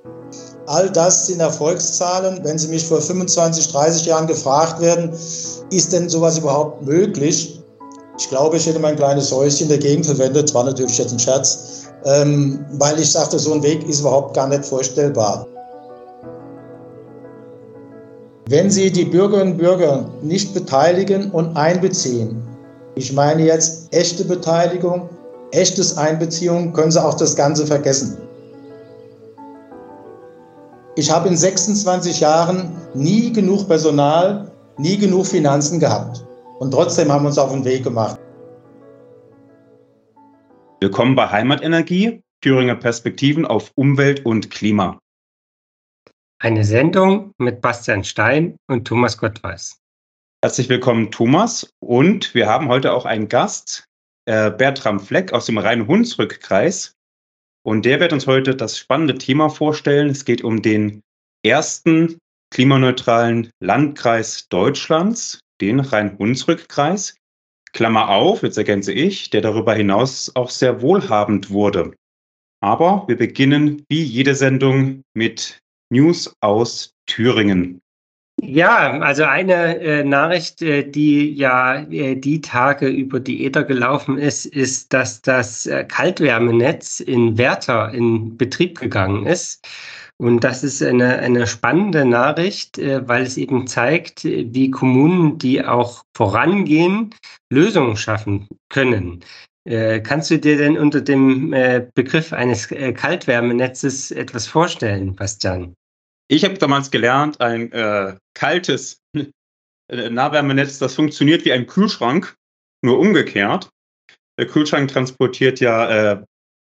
All das sind Erfolgszahlen. Wenn Sie mich vor 25, 30 Jahren gefragt werden, ist denn sowas überhaupt möglich? Ich glaube, ich hätte mein kleines Häuschen dagegen verwendet. Das war natürlich jetzt ein Scherz, weil ich sagte, so ein Weg ist überhaupt gar nicht vorstellbar. Wenn Sie die Bürgerinnen und Bürger nicht beteiligen und einbeziehen, ich meine jetzt echte Beteiligung, echtes Einbeziehung, können Sie auch das Ganze vergessen. Ich habe in 26 Jahren nie genug Personal, nie genug Finanzen gehabt. Und trotzdem haben wir uns auf den Weg gemacht. Willkommen bei Heimatenergie, Thüringer Perspektiven auf Umwelt und Klima. Eine Sendung mit Bastian Stein und Thomas Gottweis. Herzlich willkommen, Thomas. Und wir haben heute auch einen Gast, Bertram Fleck aus dem Rhein-Hunsrück-Kreis. Und der wird uns heute das spannende Thema vorstellen. Es geht um den ersten klimaneutralen Landkreis Deutschlands, den Rhein-Hunsrück-Kreis. Klammer auf, jetzt ergänze ich, der darüber hinaus auch sehr wohlhabend wurde. Aber wir beginnen wie jede Sendung mit News aus Thüringen. Ja, also eine Nachricht, die die Tage über die Äther gelaufen ist, dass das Kaltwärmenetz in Werther in Betrieb gegangen ist. Und das ist eine spannende Nachricht, weil es eben zeigt, wie Kommunen, die auch vorangehen, Lösungen schaffen können. Kannst du dir denn unter dem Begriff eines Kaltwärmenetzes etwas vorstellen, Bastian? Ich habe damals gelernt, ein kaltes Nahwärmenetz, das funktioniert wie ein Kühlschrank, nur umgekehrt. Der Kühlschrank transportiert ja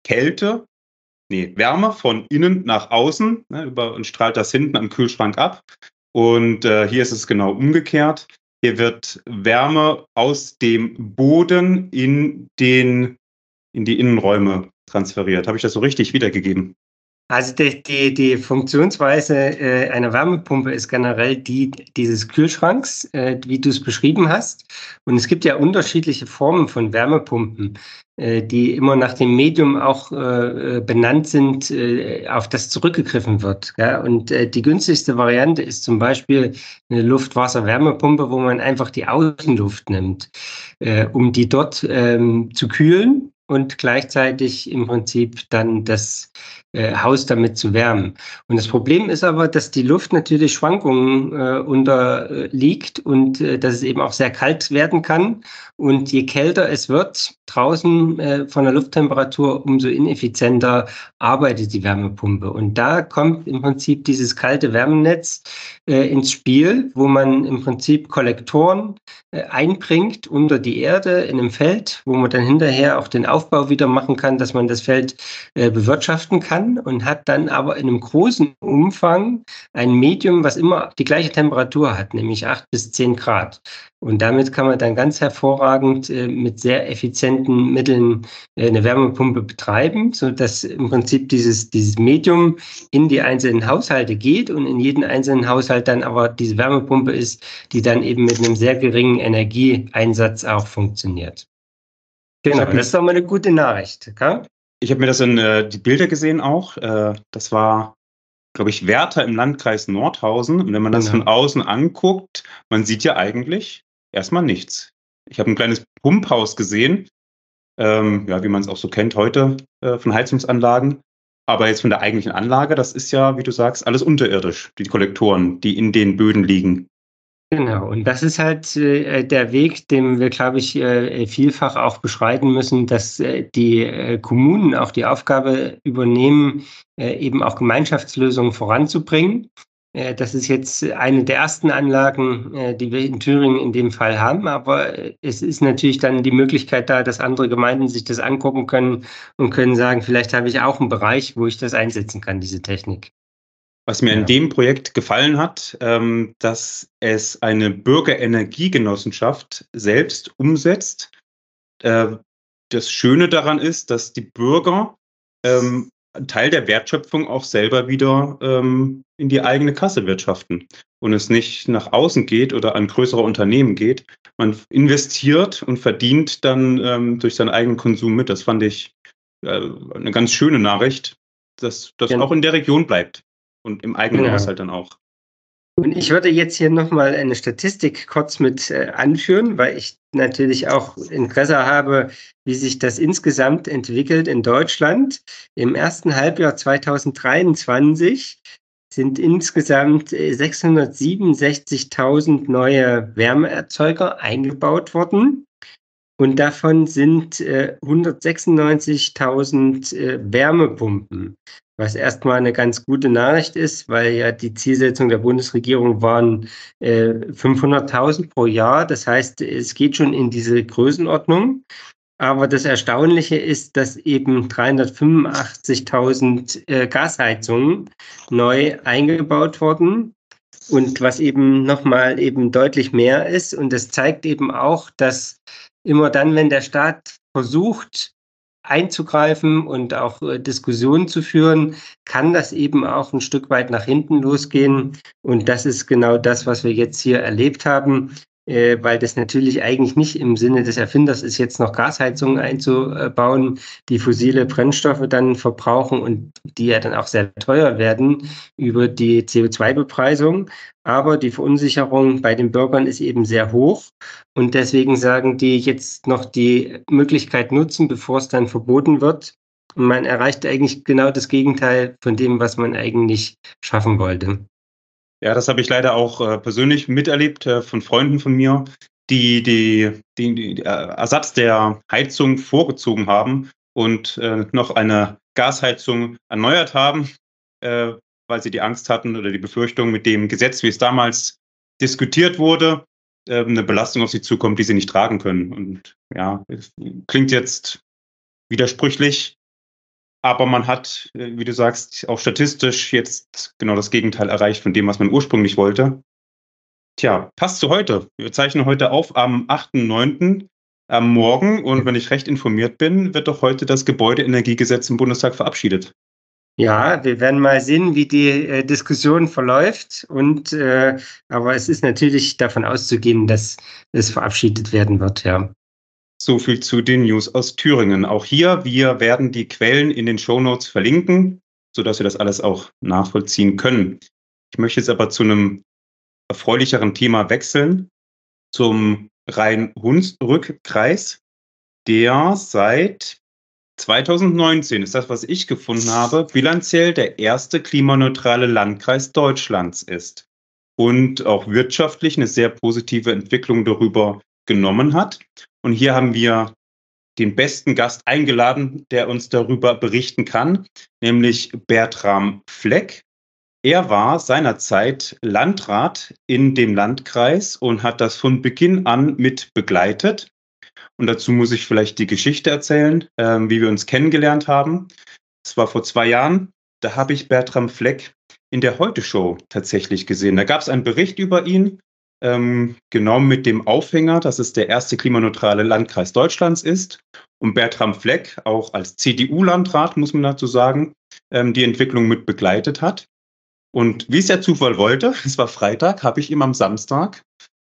Wärme von innen nach außen, und strahlt das hinten am Kühlschrank ab. Und hier ist es genau umgekehrt. Hier wird Wärme aus dem Boden in die Innenräume transferiert. Habe ich das so richtig wiedergegeben? Also die Funktionsweise einer Wärmepumpe ist generell die dieses Kühlschranks, wie du es beschrieben hast. Und es gibt ja unterschiedliche Formen von Wärmepumpen, die immer nach dem Medium auch benannt sind, auf das zurückgegriffen wird. Ja? Und die günstigste Variante ist zum Beispiel eine Luft-Wasser-Wärmepumpe, wo man einfach die Außenluft nimmt, um die dort zu kühlen und gleichzeitig im Prinzip dann das Haus damit zu wärmen. Und das Problem ist aber, dass die Luft natürlich Schwankungen unterliegt und dass es eben auch sehr kalt werden kann. Und je kälter es wird draußen von der Lufttemperatur, umso ineffizienter arbeitet die Wärmepumpe. Und da kommt im Prinzip dieses kalte Wärmenetz ins Spiel, wo man im Prinzip Kollektoren einbringt unter die Erde in einem Feld, wo man dann hinterher auch den Aufbau wieder machen kann, dass man das Feld bewirtschaften kann, und hat dann aber in einem großen Umfang ein Medium, was immer die gleiche Temperatur hat, nämlich 8 bis 10 Grad. Und damit kann man dann ganz hervorragend mit sehr effizienten Mitteln eine Wärmepumpe betreiben, sodass im Prinzip dieses Medium in die einzelnen Haushalte geht und in jeden einzelnen Haushalt dann aber diese Wärmepumpe ist, die dann eben mit einem sehr geringen Energieeinsatz auch funktioniert. Genau, das ist doch mal eine gute Nachricht. Okay? Ich habe mir das in die Bilder gesehen auch. Das war, glaube ich, Werther im Landkreis Nordhausen. Und wenn man das von außen anguckt, man sieht ja eigentlich erstmal nichts. Ich habe ein kleines Pumphaus gesehen, wie man es auch so kennt heute von Heizungsanlagen. Aber jetzt von der eigentlichen Anlage, das ist ja, wie du sagst, alles unterirdisch, die Kollektoren, die in den Böden liegen. Genau, und das ist halt der Weg, den wir, glaube ich, vielfach auch beschreiten müssen, dass die Kommunen auch die Aufgabe übernehmen, eben auch Gemeinschaftslösungen voranzubringen. Das ist jetzt eine der ersten Anlagen, die wir in Thüringen in dem Fall haben, aber es ist natürlich dann die Möglichkeit da, dass andere Gemeinden sich das angucken können und können sagen, vielleicht habe ich auch einen Bereich, wo ich das einsetzen kann, diese Technik. Was mir in dem Projekt gefallen hat, dass es eine Bürgerenergiegenossenschaft selbst umsetzt. Das Schöne daran ist, dass die Bürger einen Teil der Wertschöpfung auch selber wieder in die eigene Kasse wirtschaften und es nicht nach außen geht oder an größere Unternehmen geht. Man investiert und verdient dann durch seinen eigenen Konsum mit. Das fand ich eine ganz schöne Nachricht. das auch in der Region bleibt und im eigenen Haushalt dann auch. Und ich würde jetzt hier nochmal eine Statistik kurz mit anführen, weil ich natürlich auch Interesse habe, wie sich das insgesamt entwickelt in Deutschland. Im ersten Halbjahr 2023 sind insgesamt 667.000 neue Wärmeerzeuger eingebaut worden. Und davon sind 196.000 Wärmepumpen, was erstmal eine ganz gute Nachricht ist, weil ja die Zielsetzung der Bundesregierung waren 500.000 pro Jahr. Das heißt, es geht schon in diese Größenordnung. Aber das Erstaunliche ist, dass eben 385.000 Gasheizungen neu eingebaut wurden. Und was eben nochmal eben deutlich mehr ist. Und das zeigt eben auch, dass immer dann, wenn der Staat versucht einzugreifen und auch Diskussionen zu führen, kann das eben auch ein Stück weit nach hinten losgehen. Und das ist genau das, was wir jetzt hier erlebt haben, weil das natürlich eigentlich nicht im Sinne des Erfinders ist, jetzt noch Gasheizungen einzubauen, die fossile Brennstoffe dann verbrauchen und die ja dann auch sehr teuer werden über die CO2-Bepreisung. Aber die Verunsicherung bei den Bürgern ist eben sehr hoch. Und deswegen sagen die jetzt noch die Möglichkeit nutzen, bevor es dann verboten wird. Und man erreicht eigentlich genau das Gegenteil von dem, was man eigentlich schaffen wollte. Ja, das habe ich leider auch persönlich miterlebt von Freunden von mir, die Ersatz der Heizung vorgezogen haben und noch eine Gasheizung erneuert haben, weil sie die Angst hatten oder die Befürchtung, mit dem Gesetz, wie es damals diskutiert wurde, eine Belastung auf sie zukommt, die sie nicht tragen können. Und ja, es klingt jetzt widersprüchlich, aber man hat, wie du sagst, auch statistisch jetzt genau das Gegenteil erreicht von dem, was man ursprünglich wollte. Tja, passt zu heute. Wir zeichnen heute auf am 8.9. am Morgen. Und wenn ich recht informiert bin, wird doch heute das Gebäudeenergiegesetz im Bundestag verabschiedet. Ja, wir werden mal sehen, wie die Diskussion verläuft. Aber es ist natürlich davon auszugehen, dass es verabschiedet werden wird, ja. So viel zu den News aus Thüringen. Auch hier, wir werden die Quellen in den Shownotes verlinken, sodass wir das alles auch nachvollziehen können. Ich möchte jetzt aber zu einem erfreulicheren Thema wechseln, zum Rhein-Hunsrück-Kreis, der seit 2019, ist das, was ich gefunden habe, bilanziell der erste klimaneutrale Landkreis Deutschlands ist und auch wirtschaftlich eine sehr positive Entwicklung darüber genommen hat. Und hier haben wir den besten Gast eingeladen, der uns darüber berichten kann, nämlich Bertram Fleck. Er war seinerzeit Landrat in dem Landkreis und hat das von Beginn an mit begleitet. Und dazu muss ich vielleicht die Geschichte erzählen, wie wir uns kennengelernt haben. Das war vor 2 Jahren. Da habe ich Bertram Fleck in der Heute-Show tatsächlich gesehen. Da gab es einen Bericht über ihn, genau mit dem Aufhänger, dass es der erste klimaneutrale Landkreis Deutschlands ist. Und Bertram Fleck, auch als CDU-Landrat, muss man dazu sagen, die Entwicklung mit begleitet hat. Und wie es der Zufall wollte, es war Freitag, bin ich ihm am Samstag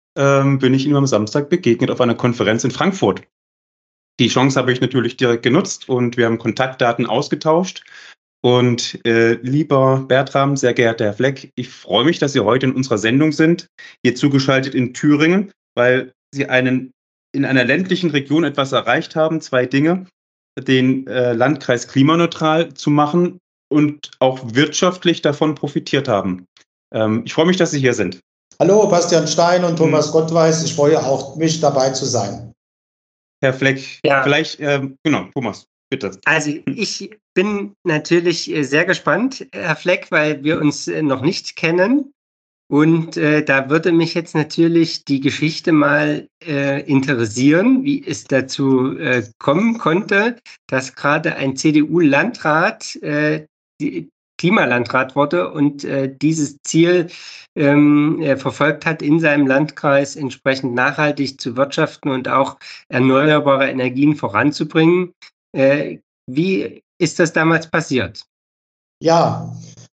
begegnet auf einer Konferenz in Frankfurt. Die Chance habe ich natürlich direkt genutzt und wir haben Kontaktdaten ausgetauscht. Und lieber Bertram, sehr geehrter Herr Fleck, ich freue mich, dass Sie heute in unserer Sendung sind, hier zugeschaltet in Thüringen, weil Sie in einer ländlichen Region etwas erreicht haben, 2 Dinge, den Landkreis klimaneutral zu machen und auch wirtschaftlich davon profitiert haben. Ich freue mich, dass Sie hier sind. Hallo, Bastian Stein und Thomas Gottweis. Ich freue auch mich, dabei zu sein. Herr Fleck, ja. Vielleicht, genau, Thomas, bitte. Also ich bin natürlich sehr gespannt, Herr Fleck, weil wir uns noch nicht kennen. Und da würde mich jetzt natürlich die Geschichte mal interessieren, wie es dazu kommen konnte, dass gerade ein CDU-Landrat Klimalandrat wurde und dieses Ziel verfolgt hat, in seinem Landkreis entsprechend nachhaltig zu wirtschaften und auch erneuerbare Energien voranzubringen. Wie ist das damals passiert? Ja,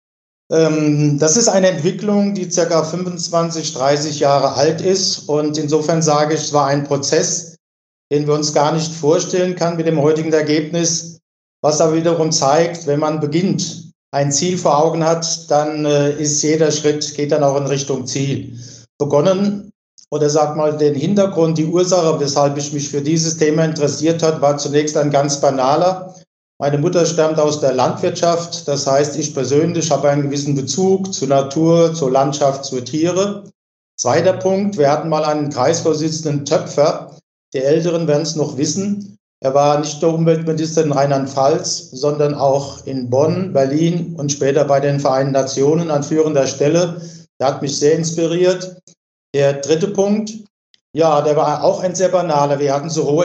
das ist eine Entwicklung, die ca. 25, 30 Jahre alt ist. Und insofern sage ich, es war ein Prozess, den wir uns gar nicht vorstellen können mit dem heutigen Ergebnis. was aber wiederum zeigt, wenn man beginnt, ein Ziel vor Augen hat, dann ist jeder Schritt, geht dann auch in Richtung Ziel. Begonnen, oder sag mal, den Hintergrund, die Ursache, weshalb ich mich für dieses Thema interessiert hat, war zunächst ein ganz banaler. Meine Mutter stammt aus der Landwirtschaft, das heißt, ich persönlich habe einen gewissen Bezug zur Natur, zur Landschaft, zu Tiere. Zweiter Punkt, wir hatten mal einen Kreisvorsitzenden Töpfer, die Älteren werden es noch wissen. Er war nicht nur Umweltminister in Rheinland-Pfalz, sondern auch in Bonn, Berlin und später bei den Vereinten Nationen an führender Stelle. Der hat mich sehr inspiriert. Der dritte Punkt, ja, der war auch ein sehr banaler. Wir hatten so hohe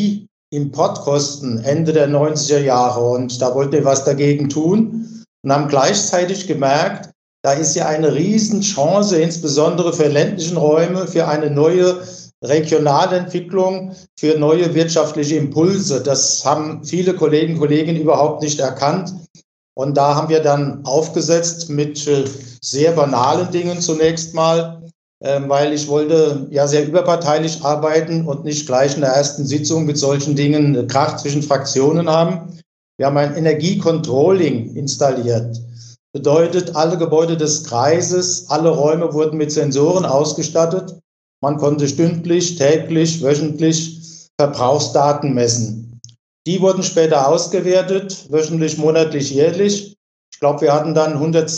Energieimportkosten Ende der 90er Jahre und da wollten wir was dagegen tun und haben gleichzeitig gemerkt, da ist ja eine Riesenchance, insbesondere für ländlichen Räume, für eine neue Regionalentwicklung, für neue wirtschaftliche Impulse. Das haben viele Kolleginnen und Kollegen überhaupt nicht erkannt. Und da haben wir dann aufgesetzt mit sehr banalen Dingen zunächst mal, weil ich wollte ja sehr überparteilich arbeiten und nicht gleich in der ersten Sitzung mit solchen Dingen Krach zwischen Fraktionen haben. Wir haben ein Energiecontrolling installiert. Bedeutet, alle Gebäude des Kreises, alle Räume wurden mit Sensoren ausgestattet. Man konnte stündlich, täglich, wöchentlich Verbrauchsdaten messen. Die wurden später ausgewertet, wöchentlich, monatlich, jährlich. Ich glaube, wir hatten dann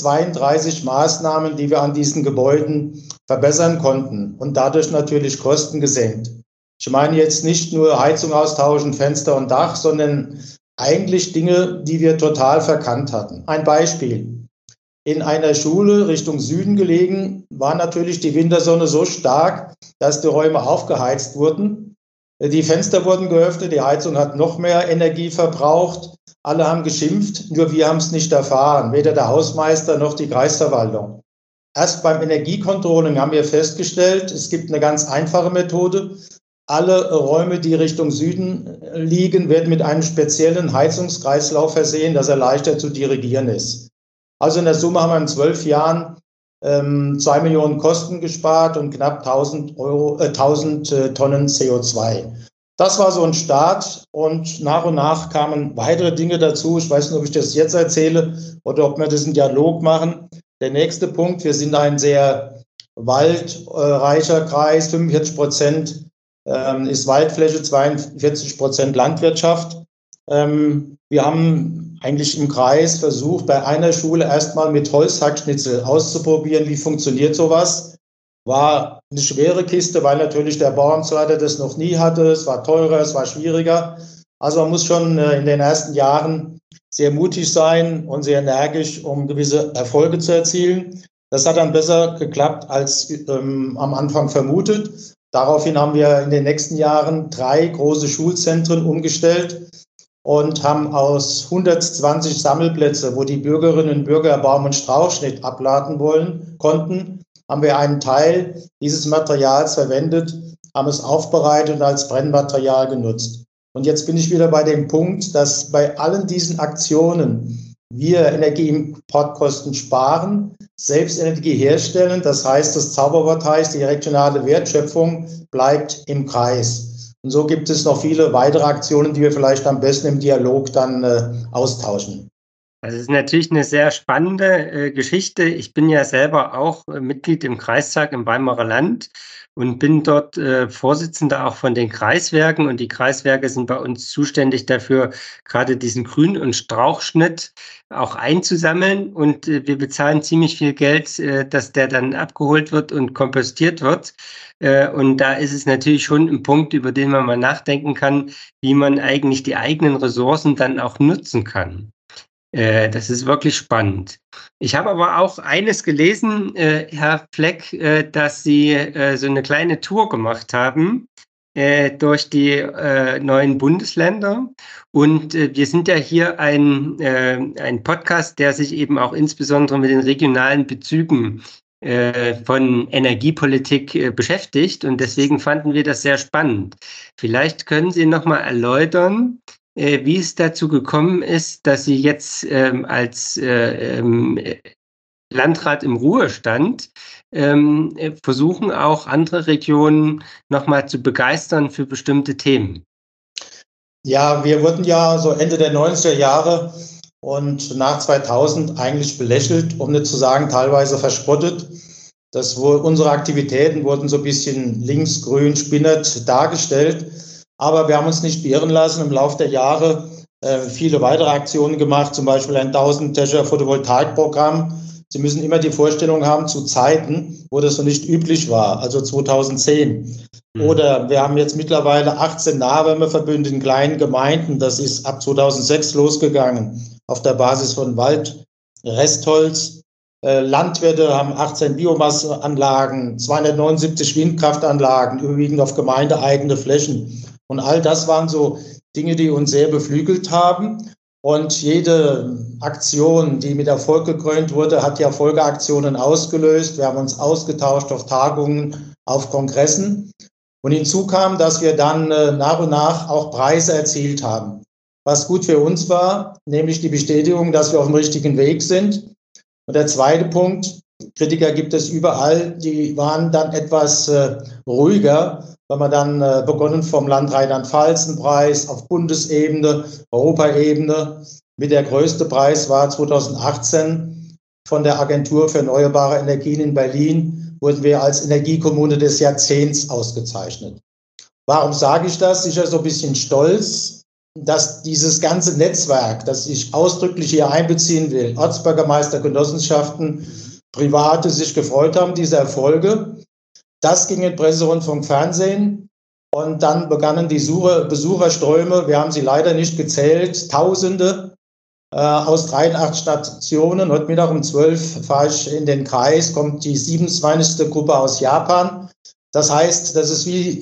132 Maßnahmen, die wir an diesen Gebäuden verbessern konnten und dadurch natürlich Kosten gesenkt. Ich meine jetzt nicht nur Heizung austauschen, Fenster und Dach, sondern eigentlich Dinge, die wir total verkannt hatten. Ein Beispiel. In einer Schule Richtung Süden gelegen, war natürlich die Wintersonne so stark, dass die Räume aufgeheizt wurden. Die Fenster wurden geöffnet, die Heizung hat noch mehr Energie verbraucht. Alle haben geschimpft, nur wir haben es nicht erfahren, weder der Hausmeister noch die Kreisverwaltung. Erst beim Energiecontrolling haben wir festgestellt, es gibt eine ganz einfache Methode. Alle Räume, die Richtung Süden liegen, werden mit einem speziellen Heizungskreislauf versehen, das leichter zu dirigieren ist. Also in der Summe haben wir in 12 Jahren 2 Millionen Kosten gespart und knapp 1000 Tonnen CO2. Das war so ein Start und nach kamen weitere Dinge dazu. Ich weiß nicht, ob ich das jetzt erzähle oder ob wir das im Dialog machen. Der nächste Punkt, wir sind ein sehr waldreicher Kreis, 45% ist Waldfläche, 42% Landwirtschaft. Wir haben eigentlich im Kreis versucht, bei einer Schule erstmal mit Holzhackschnitzel auszuprobieren, wie funktioniert sowas. War eine schwere Kiste, weil natürlich der Bauamtsleiter das noch nie hatte. Es war teurer, es war schwieriger. Also man muss schon in den ersten Jahren sehr mutig sein und sehr energisch, um gewisse Erfolge zu erzielen. Das hat dann besser geklappt als am Anfang vermutet. Daraufhin haben wir in den nächsten Jahren 3 große Schulzentren umgestellt und haben aus 120 Sammelplätze, wo die Bürgerinnen und Bürger Baum- und Strauchschnitt abladen konnten, haben wir einen Teil dieses Materials verwendet, haben es aufbereitet und als Brennmaterial genutzt. Und jetzt bin ich wieder bei dem Punkt, dass bei allen diesen Aktionen wir Energieimportkosten sparen, selbst Energie herstellen. Das heißt, das Zauberwort heißt, die regionale Wertschöpfung bleibt im Kreis. Und so gibt es noch viele weitere Aktionen, die wir vielleicht am besten im Dialog dann austauschen. Das ist natürlich eine sehr spannende Geschichte. Ich bin ja selber auch Mitglied im Kreistag im Weimarer Land und bin dort Vorsitzender auch von den Kreiswerken. Und die Kreiswerke sind bei uns zuständig dafür, gerade diesen Grün- und Strauchschnitt auch einzusammeln. Und wir bezahlen ziemlich viel Geld, dass der dann abgeholt wird und kompostiert wird. Und da ist es natürlich schon ein Punkt, über den man mal nachdenken kann, wie man eigentlich die eigenen Ressourcen dann auch nutzen kann. Das ist wirklich spannend. Ich habe aber auch eines gelesen, Herr Fleck, dass Sie so eine kleine Tour gemacht haben durch die neuen Bundesländer. Und wir sind ja hier ein Podcast, der sich eben auch insbesondere mit den regionalen Bezügen von Energiepolitik beschäftigt. Und deswegen fanden wir das sehr spannend. Vielleicht können Sie noch mal erläutern, wie es dazu gekommen ist, dass Sie jetzt als Landrat im Ruhestand versuchen, auch andere Regionen nochmal zu begeistern für bestimmte Themen. Ja, wir wurden ja so Ende der 90er Jahre und nach 2000 eigentlich belächelt, um nicht zu sagen teilweise verspottet. Unsere Aktivitäten wurden so ein bisschen linksgrün spinnert dargestellt. Aber wir haben uns nicht beirren lassen, im Laufe der Jahre viele weitere Aktionen gemacht, zum Beispiel ein 1000-Täscher Photovoltaikprogramm. Sie müssen immer die Vorstellung haben zu Zeiten, wo das noch nicht üblich war, also 2010. Oder wir haben jetzt mittlerweile 18 Nahwärmeverbünde in kleinen Gemeinden. Das ist ab 2006 losgegangen auf der Basis von Wald, Restholz. Landwirte haben 18 Biomasseanlagen, 279 Windkraftanlagen, überwiegend auf gemeindeeigene Flächen. Und all das waren so Dinge, die uns sehr beflügelt haben. Und jede Aktion, die mit Erfolg gekrönt wurde, hat ja Folgeaktionen ausgelöst. Wir haben uns ausgetauscht auf Tagungen, auf Kongressen. Und hinzu kam, dass wir dann nach und nach auch Preise erzielt haben. Was gut für uns war, nämlich die Bestätigung, dass wir auf dem richtigen Weg sind. Und der zweite Punkt, Kritiker gibt es überall, die waren dann etwas ruhiger, wenn man dann begonnen vom Land Rheinland-Pfalz-Preis auf Bundesebene, Europaebene. Mit der größte Preis war 2018 von der Agentur für erneuerbare Energien in Berlin, wurden wir als Energiekommune des Jahrzehnts ausgezeichnet. Warum sage ich das? Sicher so ein bisschen stolz, dass dieses ganze Netzwerk, das ich ausdrücklich hier einbeziehen will, Ortsbürgermeister, Genossenschaften, Private sich gefreut haben, diese Erfolge. Das ging in Presse, Rundfunk, Fernsehen und dann begannen die Besucherströme, wir haben sie leider nicht gezählt, Tausende aus 83 Stationen. Heute Mittag um 12 fahre ich in den Kreis, kommt die 27. Gruppe aus Japan. Das heißt, das ist wie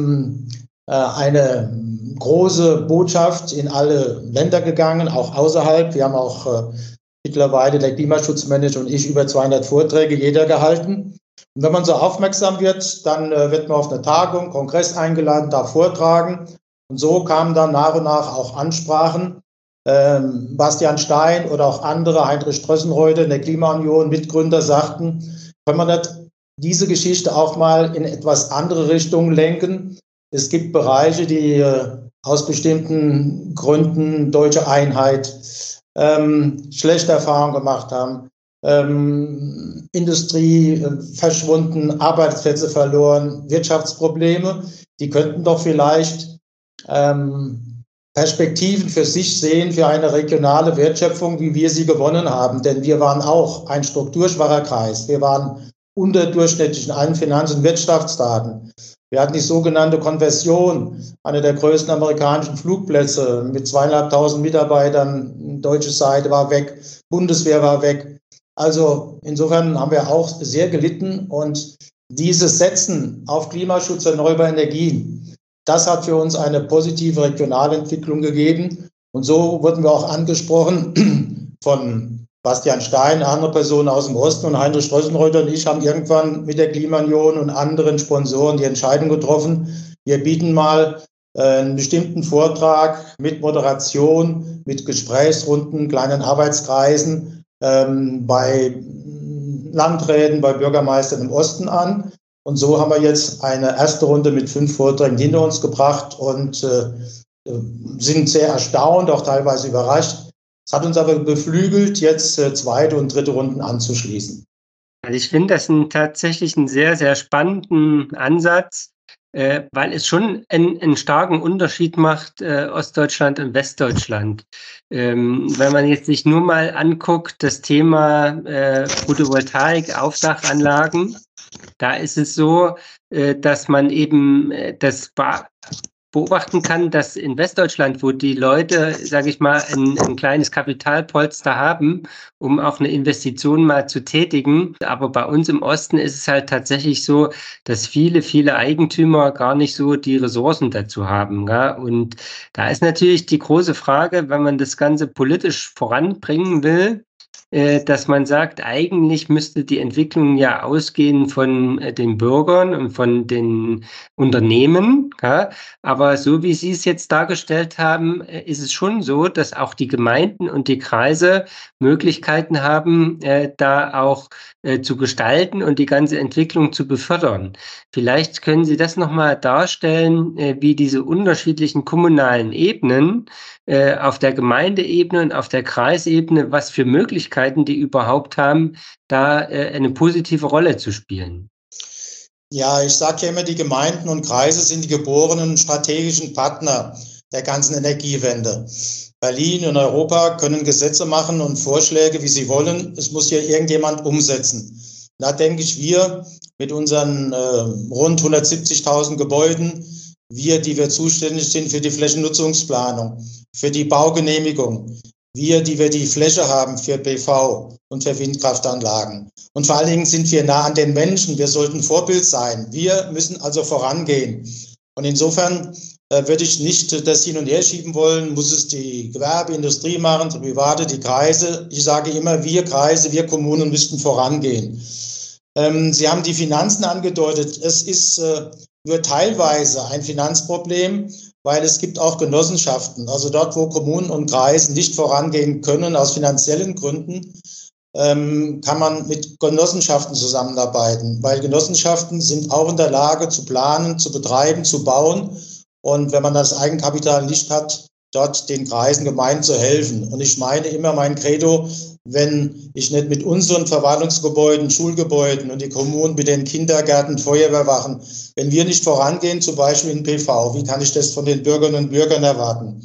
eine große Botschaft in alle Länder gegangen, auch außerhalb. Wir haben auch mittlerweile, der Klimaschutzmanager und ich, über 200 Vorträge jeder gehalten. Und wenn man so aufmerksam wird, dann wird man auf eine Tagung, Kongress eingeladen, darf vortragen. Und so kamen dann nach und nach auch Ansprachen. Bastian Stein oder auch andere, Heinrich Strössenreuter in der Klimaunion, Mitgründer, sagten, kann man nicht diese Geschichte auch mal in etwas andere Richtungen lenken? Es gibt Bereiche, die aus bestimmten Gründen, deutsche Einheit, schlechte Erfahrungen gemacht haben, Industrie verschwunden, Arbeitsplätze verloren, Wirtschaftsprobleme. Die könnten doch vielleicht Perspektiven für sich sehen, für eine regionale Wertschöpfung, wie wir sie gewonnen haben. Denn wir waren auch ein strukturschwacher Kreis. Wir waren unterdurchschnittlich in allen Finanz- und Wirtschaftsdaten. Wir hatten die sogenannte Konversion, eine der größten amerikanischen Flugplätze mit 2.500 Mitarbeitern. Deutsche Seite war weg, Bundeswehr war weg. Also insofern haben wir auch sehr gelitten. Und dieses Setzen auf Klimaschutz, erneuerbare Energien, das hat für uns eine positive Regionalentwicklung gegeben. Und so wurden wir auch angesprochen von Bastian Stein, andere Personen aus dem Osten, und Heinrich Strössenreuter und ich haben irgendwann mit der Klimaunion und anderen Sponsoren die Entscheidung getroffen, wir bieten mal einen bestimmten Vortrag mit Moderation, mit Gesprächsrunden, kleinen Arbeitskreisen bei Landräten, bei Bürgermeistern im Osten an. Und so haben wir jetzt eine erste Runde mit 5 Vorträgen hinter uns gebracht und sind sehr erstaunt, auch teilweise überrascht. Es hat uns aber beflügelt, jetzt zweite und dritte Runden anzuschließen. Also ich finde das tatsächlich einen sehr, sehr spannenden Ansatz, weil es schon einen starken Unterschied macht, Ostdeutschland und Westdeutschland. Wenn man jetzt sich nur mal anguckt, das Thema Photovoltaik, Aufdachanlagen, da ist es so, dass man eben das beobachten kann, dass in Westdeutschland, wo die Leute, sage ich mal, ein kleines Kapitalpolster haben, um auch eine Investition mal zu tätigen. Aber bei uns im Osten ist es halt tatsächlich so, dass viele Eigentümer gar nicht so die Ressourcen dazu haben. Ja? Und da ist natürlich die große Frage, wenn man das Ganze politisch voranbringen will, dass man sagt, eigentlich müsste die Entwicklung ja ausgehen von den Bürgern und von den Unternehmen. Ja? Aber so wie Sie es jetzt dargestellt haben, ist es schon so, dass auch die Gemeinden und die Kreise Möglichkeiten haben, da auch zu gestalten und die ganze Entwicklung zu befördern. Vielleicht können Sie das nochmal darstellen, wie diese unterschiedlichen kommunalen Ebenen auf der Gemeindeebene und auf der Kreisebene, was für Möglichkeiten die überhaupt haben, da eine positive Rolle zu spielen. Ja, ich sage ja immer, die Gemeinden und Kreise sind die geborenen strategischen Partner der ganzen Energiewende. Berlin und Europa können Gesetze machen und Vorschläge, wie sie wollen. Es muss hier irgendjemand umsetzen. Da denke ich, wir mit unseren rund 170.000 Gebäuden, die wir zuständig sind für die Flächennutzungsplanung, für die Baugenehmigung, die wir die Fläche haben für PV und für Windkraftanlagen. Und vor allen Dingen sind wir nah an den Menschen. Wir sollten Vorbild sein. Wir müssen also vorangehen. Und insofern würde ich nicht das hin und her schieben wollen, muss es die Gewerbeindustrie machen, die Private, die Kreise. Ich sage immer, wir Kreise, wir Kommunen müssten vorangehen. Sie haben die Finanzen angedeutet. Es ist nur teilweise ein Finanzproblem, weil es gibt auch Genossenschaften. Also dort, wo Kommunen und Kreise nicht vorangehen können aus finanziellen Gründen, kann man mit Genossenschaften zusammenarbeiten, weil Genossenschaften sind auch in der Lage zu planen, zu betreiben, zu bauen. Und wenn man das Eigenkapital nicht hat, dort den Kreisen, Gemeinden zu helfen. Und ich meine immer mein Credo, wenn ich nicht mit unseren Verwaltungsgebäuden, Schulgebäuden und die Kommunen mit den Kindergärten, Feuerwehrwachen, wenn wir nicht vorangehen, zum Beispiel in PV, wie kann ich das von den Bürgerinnen und Bürgern erwarten?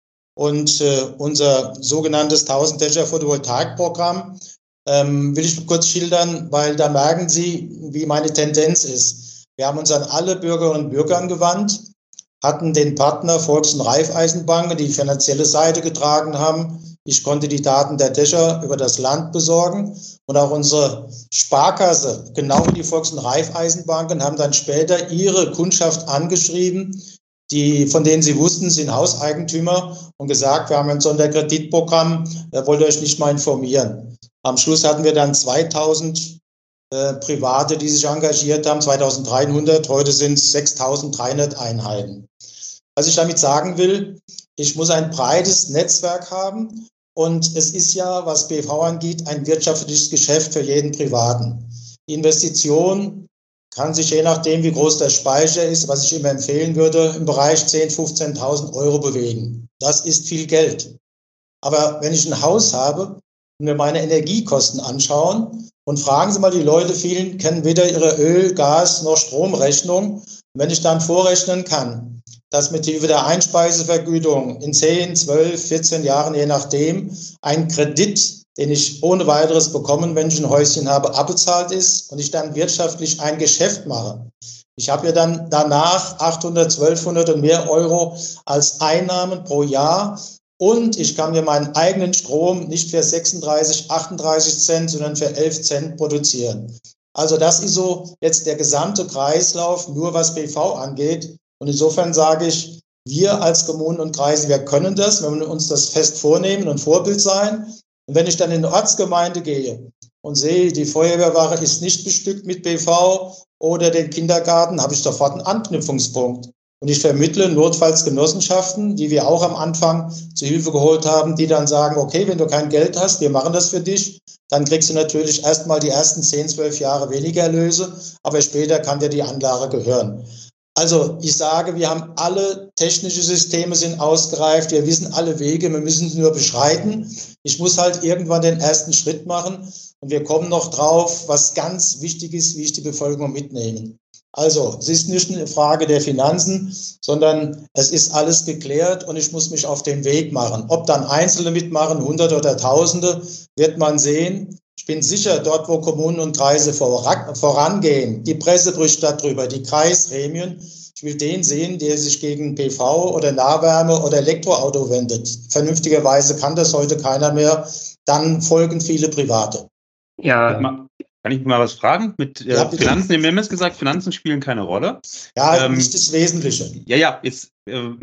Und unser sogenanntes 1000-Dächer Photovoltaikprogramm will ich kurz schildern, weil da merken Sie, wie meine Tendenz ist. Wir haben uns an alle Bürgerinnen und Bürger gewandt, hatten den Partner Volks- und Raiffeisenbanken, die finanzielle Seite getragen haben. Ich konnte die Daten der Dächer über das Land besorgen und auch unsere Sparkasse, genau wie die Volks- und Raiffeisenbanken, haben dann später ihre Kundschaft angeschrieben, von denen sie wussten, sind Hauseigentümer und gesagt, wir haben ein Sonderkreditprogramm, wollt ihr euch nicht mal informieren. Am Schluss hatten wir dann 2000 Private, die sich engagiert haben, 2300, heute sind es 6300 Einheiten. Was ich damit sagen will, ich muss ein breites Netzwerk haben und es ist ja, was PV angeht, ein wirtschaftliches Geschäft für jeden Privaten. Die Investition kann sich je nachdem, wie groß der Speicher ist, was ich immer empfehlen würde, im Bereich 10.000, 15.000 Euro bewegen. Das ist viel Geld. Aber wenn ich ein Haus habe und mir meine Energiekosten anschauen und fragen Sie mal die Leute, vielen kennen weder ihre Öl-, Gas- noch Stromrechnung. Und wenn ich dann vorrechnen kann, dass mit Hilfe der Einspeisevergütung in 10, 12, 14 Jahren, je nachdem, ein Kredit, den ich ohne weiteres bekommen, wenn ich ein Häuschen habe, abbezahlt ist und ich dann wirtschaftlich ein Geschäft mache. Ich habe ja dann danach 800, 1200 und mehr Euro als Einnahmen pro Jahr und ich kann mir meinen eigenen Strom nicht für 36, 38 Cent, sondern für 11 Cent produzieren. Also das ist so jetzt der gesamte Kreislauf, nur was PV angeht. Und insofern sage ich, wir als Kommunen und Kreise, wir können das, wenn wir uns das fest vornehmen und Vorbild sein. Und wenn ich dann in eine Ortsgemeinde gehe und sehe, die Feuerwehrwache ist nicht bestückt mit PV oder den Kindergarten, habe ich sofort einen Anknüpfungspunkt. Und ich vermittle notfalls Genossenschaften, die wir auch am Anfang zu Hilfe geholt haben, die dann sagen, okay, wenn du kein Geld hast, wir machen das für dich, dann kriegst du natürlich erstmal die ersten 10, 12 Jahre weniger Erlöse, aber später kann dir die Anlage gehören. Also ich sage, wir haben alle technische Systeme sind ausgereift, wir wissen alle Wege, wir müssen sie nur beschreiten. Ich muss halt irgendwann den ersten Schritt machen und wir kommen noch drauf, was ganz wichtig ist, wie ich die Bevölkerung mitnehme. Also es ist nicht eine Frage der Finanzen, sondern es ist alles geklärt und ich muss mich auf den Weg machen. Ob dann Einzelne mitmachen, Hunderte oder Tausende, wird man sehen. Ich bin sicher, dort, wo Kommunen und Kreise vorangehen, die Presse bricht darüber, die Kreisgremien, ich will den sehen, der sich gegen PV oder Nahwärme oder Elektroauto wendet. Vernünftigerweise kann das heute keiner mehr. Dann folgen viele Private. Ja. Kann ich mal was fragen? Mit Ja, Finanzen, wir haben jetzt gesagt, Finanzen spielen keine Rolle. Ja, nicht das Wesentliche. Ja, jetzt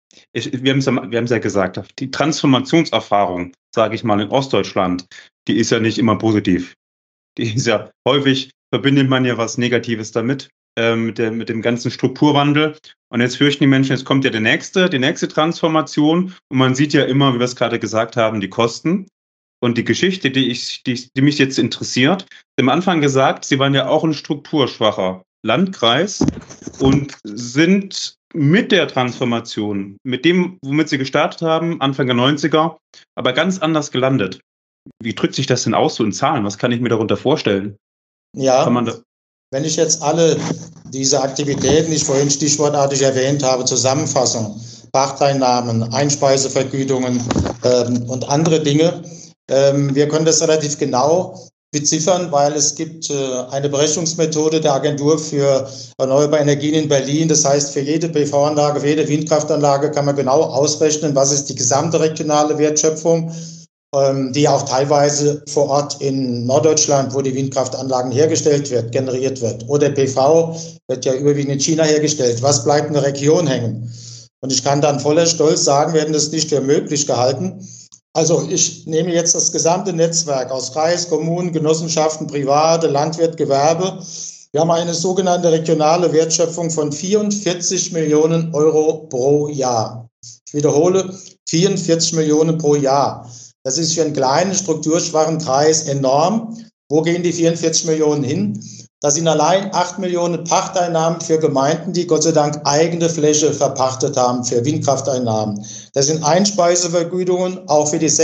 Wir haben es ja gesagt, die Transformationserfahrung, sage ich mal, in Ostdeutschland, die ist ja nicht immer positiv. Die ist ja häufig, verbindet man ja was Negatives damit, mit dem ganzen Strukturwandel. Und jetzt fürchten die Menschen, jetzt kommt ja die nächste Transformation. Und man sieht ja immer, wie wir es gerade gesagt haben, die Kosten. Und die Geschichte, die mich jetzt interessiert, am Anfang gesagt, Sie waren ja auch ein strukturschwacher Landkreis und sind mit der Transformation, mit dem, womit Sie gestartet haben, Anfang der 90er, aber ganz anders gelandet. Wie drückt sich das denn aus, so in Zahlen? Was kann ich mir darunter vorstellen? Ja, Kann man da wenn ich jetzt alle diese Aktivitäten, die ich vorhin stichwortartig erwähnt habe, Zusammenfassung, Pachteinnahmen, Einspeisevergütungen und andere Dinge, wir können das relativ genau beziffern, weil es gibt eine Berechnungsmethode der Agentur für erneuerbare Energien in Berlin. Das heißt, für jede PV-Anlage, für jede Windkraftanlage kann man genau ausrechnen, was ist die gesamte regionale Wertschöpfung, die auch teilweise vor Ort in Norddeutschland, wo die Windkraftanlagen hergestellt wird, generiert wird. Oder PV wird ja überwiegend in China hergestellt. Was bleibt in der Region hängen? Und ich kann dann voller Stolz sagen, wir hätten das nicht für möglich gehalten. Also ich nehme jetzt das gesamte Netzwerk aus Kreis, Kommunen, Genossenschaften, Private, Landwirt, Gewerbe. Wir haben eine sogenannte regionale Wertschöpfung von 44 Millionen Euro pro Jahr. Ich wiederhole, 44 Millionen pro Jahr. Das ist für einen kleinen, strukturschwachen Kreis enorm. Wo gehen die 44 Millionen hin? Das sind allein 8 Millionen Pachteinnahmen für Gemeinden, die Gott sei Dank eigene Fläche verpachtet haben für Windkrafteinnahmen. Das sind Einspeisevergütungen auch für die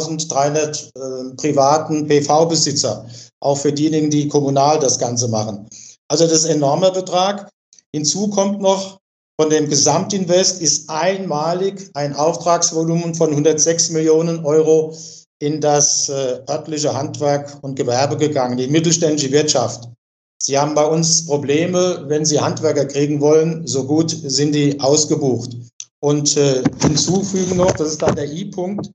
6.300 privaten PV-Besitzer, auch für diejenigen, die kommunal das Ganze machen. Also das ist ein enormer Betrag. Hinzu kommt noch, von dem Gesamtinvest ist einmalig ein Auftragsvolumen von 106 Millionen Euro in das örtliche Handwerk und Gewerbe gegangen, die mittelständische Wirtschaft. Sie haben bei uns Probleme, wenn Sie Handwerker kriegen wollen, so gut sind die ausgebucht. Und hinzufügen noch, das ist dann der I-Punkt,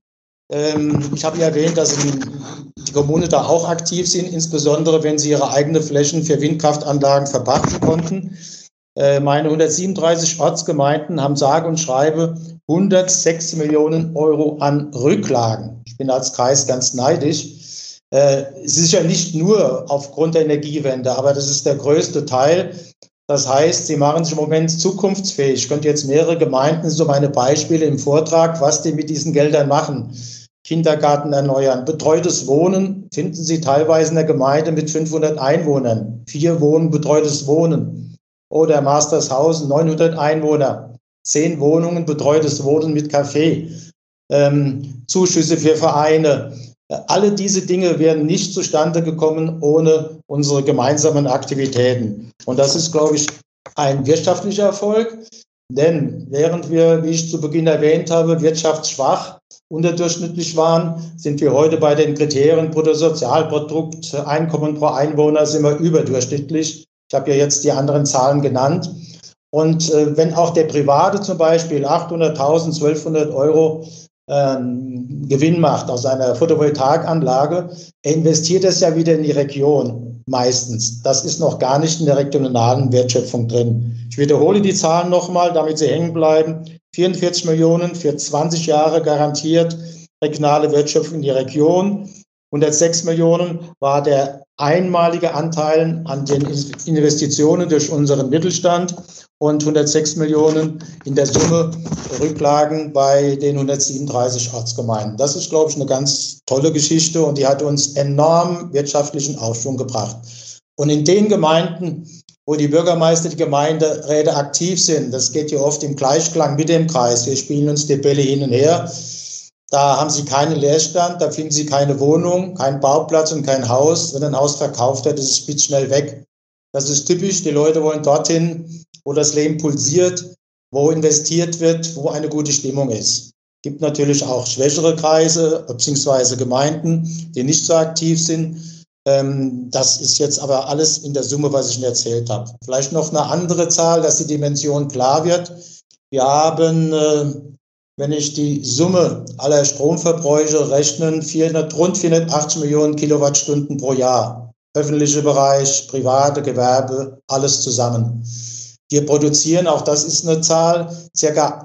ich habe ja erwähnt, dass die Kommunen da auch aktiv sind, insbesondere wenn sie ihre eigenen Flächen für Windkraftanlagen verpachten konnten. Meine 137 Ortsgemeinden haben sage und schreibe 106 Millionen Euro an Rücklagen. Ich bin als Kreis ganz neidisch. Es ist ja nicht nur aufgrund der Energiewende, aber das ist der größte Teil. Das heißt, sie machen sich im Moment zukunftsfähig. Ich könnte jetzt mehrere Gemeinden, so meine Beispiele im Vortrag, was die mit diesen Geldern machen. Kindergarten erneuern, betreutes Wohnen finden Sie teilweise in der Gemeinde mit 500 Einwohnern. 4 Wohnen, betreutes Wohnen. Oder Mastershausen, 900 Einwohner. 10 Wohnungen, betreutes Wohnen mit Café. Zuschüsse für Vereine. Alle diese Dinge wären nicht zustande gekommen ohne unsere gemeinsamen Aktivitäten. Und das ist, glaube ich, ein wirtschaftlicher Erfolg. Denn während wir, wie ich zu Beginn erwähnt habe, wirtschaftsschwach, unterdurchschnittlich waren, sind wir heute bei den Kriterien Bruttosozialprodukt, Einkommen pro Einwohner, sind wir überdurchschnittlich. Ich habe ja jetzt die anderen Zahlen genannt. Und wenn auch der Private zum Beispiel 800.000, 1.200 Euro Gewinn macht aus einer Photovoltaikanlage, er investiert es ja wieder in die Region meistens. Das ist noch gar nicht in der regionalen Wertschöpfung drin. Ich wiederhole die Zahlen nochmal, damit sie hängen bleiben. 44 Millionen für 20 Jahre garantiert regionale Wertschöpfung in die Region. 106 Millionen war der einmalige Anteil an den Investitionen durch unseren Mittelstand und 106 Millionen in der Summe Rücklagen bei den 137 Ortsgemeinden. Das ist, glaube ich, eine ganz tolle Geschichte und die hat uns enorm wirtschaftlichen Aufschwung gebracht. Und in den Gemeinden, wo die Bürgermeister, die Gemeinderäte aktiv sind, das geht ja oft im Gleichklang mit dem Kreis, wir spielen uns die Bälle hin und her, da haben sie keinen Leerstand, da finden sie keine Wohnung, keinen Bauplatz und kein Haus. Wenn ein Haus verkauft wird, ist es blitzschnell weg. Das ist typisch, die Leute wollen dorthin, wo das Leben pulsiert, wo investiert wird, wo eine gute Stimmung ist. Es gibt natürlich auch schwächere Kreise bzw. Gemeinden, die nicht so aktiv sind. Das ist jetzt aber alles in der Summe, was ich Ihnen erzählt habe. Vielleicht noch eine andere Zahl, dass die Dimension klar wird. Wir haben, wenn ich die Summe aller Stromverbräuche rechne, rund 480 Millionen Kilowattstunden pro Jahr. Öffentlicher Bereich, private, Gewerbe, alles zusammen. Wir produzieren, auch das ist eine Zahl, ca.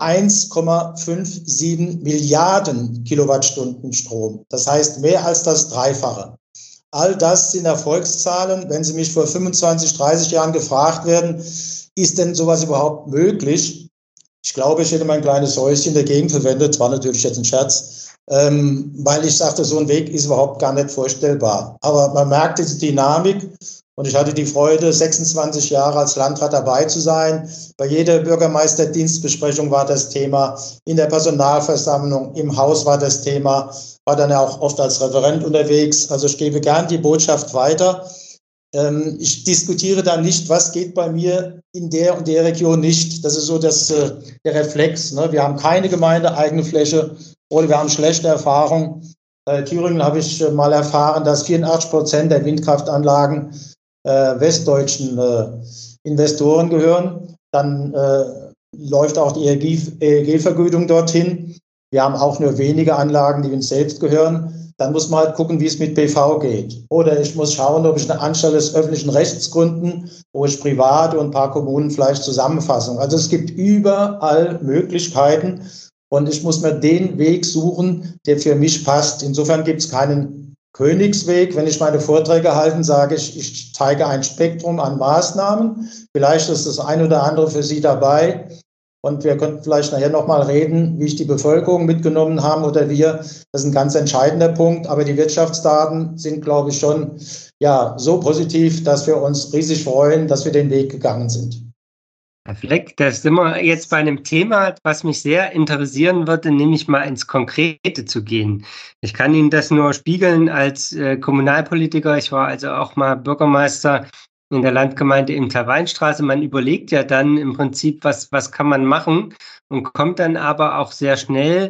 1,57 Milliarden Kilowattstunden Strom. Das heißt mehr als das Dreifache. All das sind Erfolgszahlen. Wenn Sie mich vor 25, 30 Jahren gefragt werden, ist denn sowas überhaupt möglich? Ich glaube, ich hätte mein kleines Häuschen dagegen verwendet. Das war natürlich jetzt ein Scherz, weil ich sagte, so ein Weg ist überhaupt gar nicht vorstellbar. Aber man merkt diese Dynamik. Und ich hatte die Freude, 26 Jahre als Landrat dabei zu sein. Bei jeder Bürgermeisterdienstbesprechung war das Thema, in der Personalversammlung, im Haus war das Thema, war dann auch oft als Referent unterwegs. Also ich gebe gern die Botschaft weiter. Ich diskutiere da nicht, was geht bei mir in der und der Region nicht. Das ist so der Reflex. Ne? Wir haben keine gemeindeeigene Fläche oder wir haben schlechte Erfahrungen. In Thüringen habe ich mal erfahren, dass 84% der Windkraftanlagen westdeutschen Investoren gehören. Dann läuft auch die EEG-Vergütung dorthin. Wir haben auch nur wenige Anlagen, die uns selbst gehören. Dann muss man halt gucken, wie es mit PV geht. Oder ich muss schauen, ob ich anstelle des öffentlichen Rechts gründen, wo ich private und ein paar Kommunen vielleicht zusammenfassen. Also es gibt überall Möglichkeiten und ich muss mir den Weg suchen, der für mich passt. Insofern gibt es keinen Königsweg. Wenn ich meine Vorträge halte, sage ich zeige ein Spektrum an Maßnahmen. Vielleicht ist das ein oder andere für Sie dabei. Und wir könnten vielleicht nachher nochmal reden, wie ich die Bevölkerung mitgenommen haben oder wir. Das ist ein ganz entscheidender Punkt. Aber die Wirtschaftsdaten sind, glaube ich, schon so positiv, dass wir uns riesig freuen, dass wir den Weg gegangen sind. Herr Fleck, da sind wir jetzt bei einem Thema, was mich sehr interessieren würde, nämlich mal ins Konkrete zu gehen. Ich kann Ihnen das nur spiegeln als Kommunalpolitiker. Ich war also auch mal Bürgermeister in der Landgemeinde Imter-Weinstraße. Man überlegt ja dann im Prinzip, was kann man machen und kommt dann aber auch sehr schnell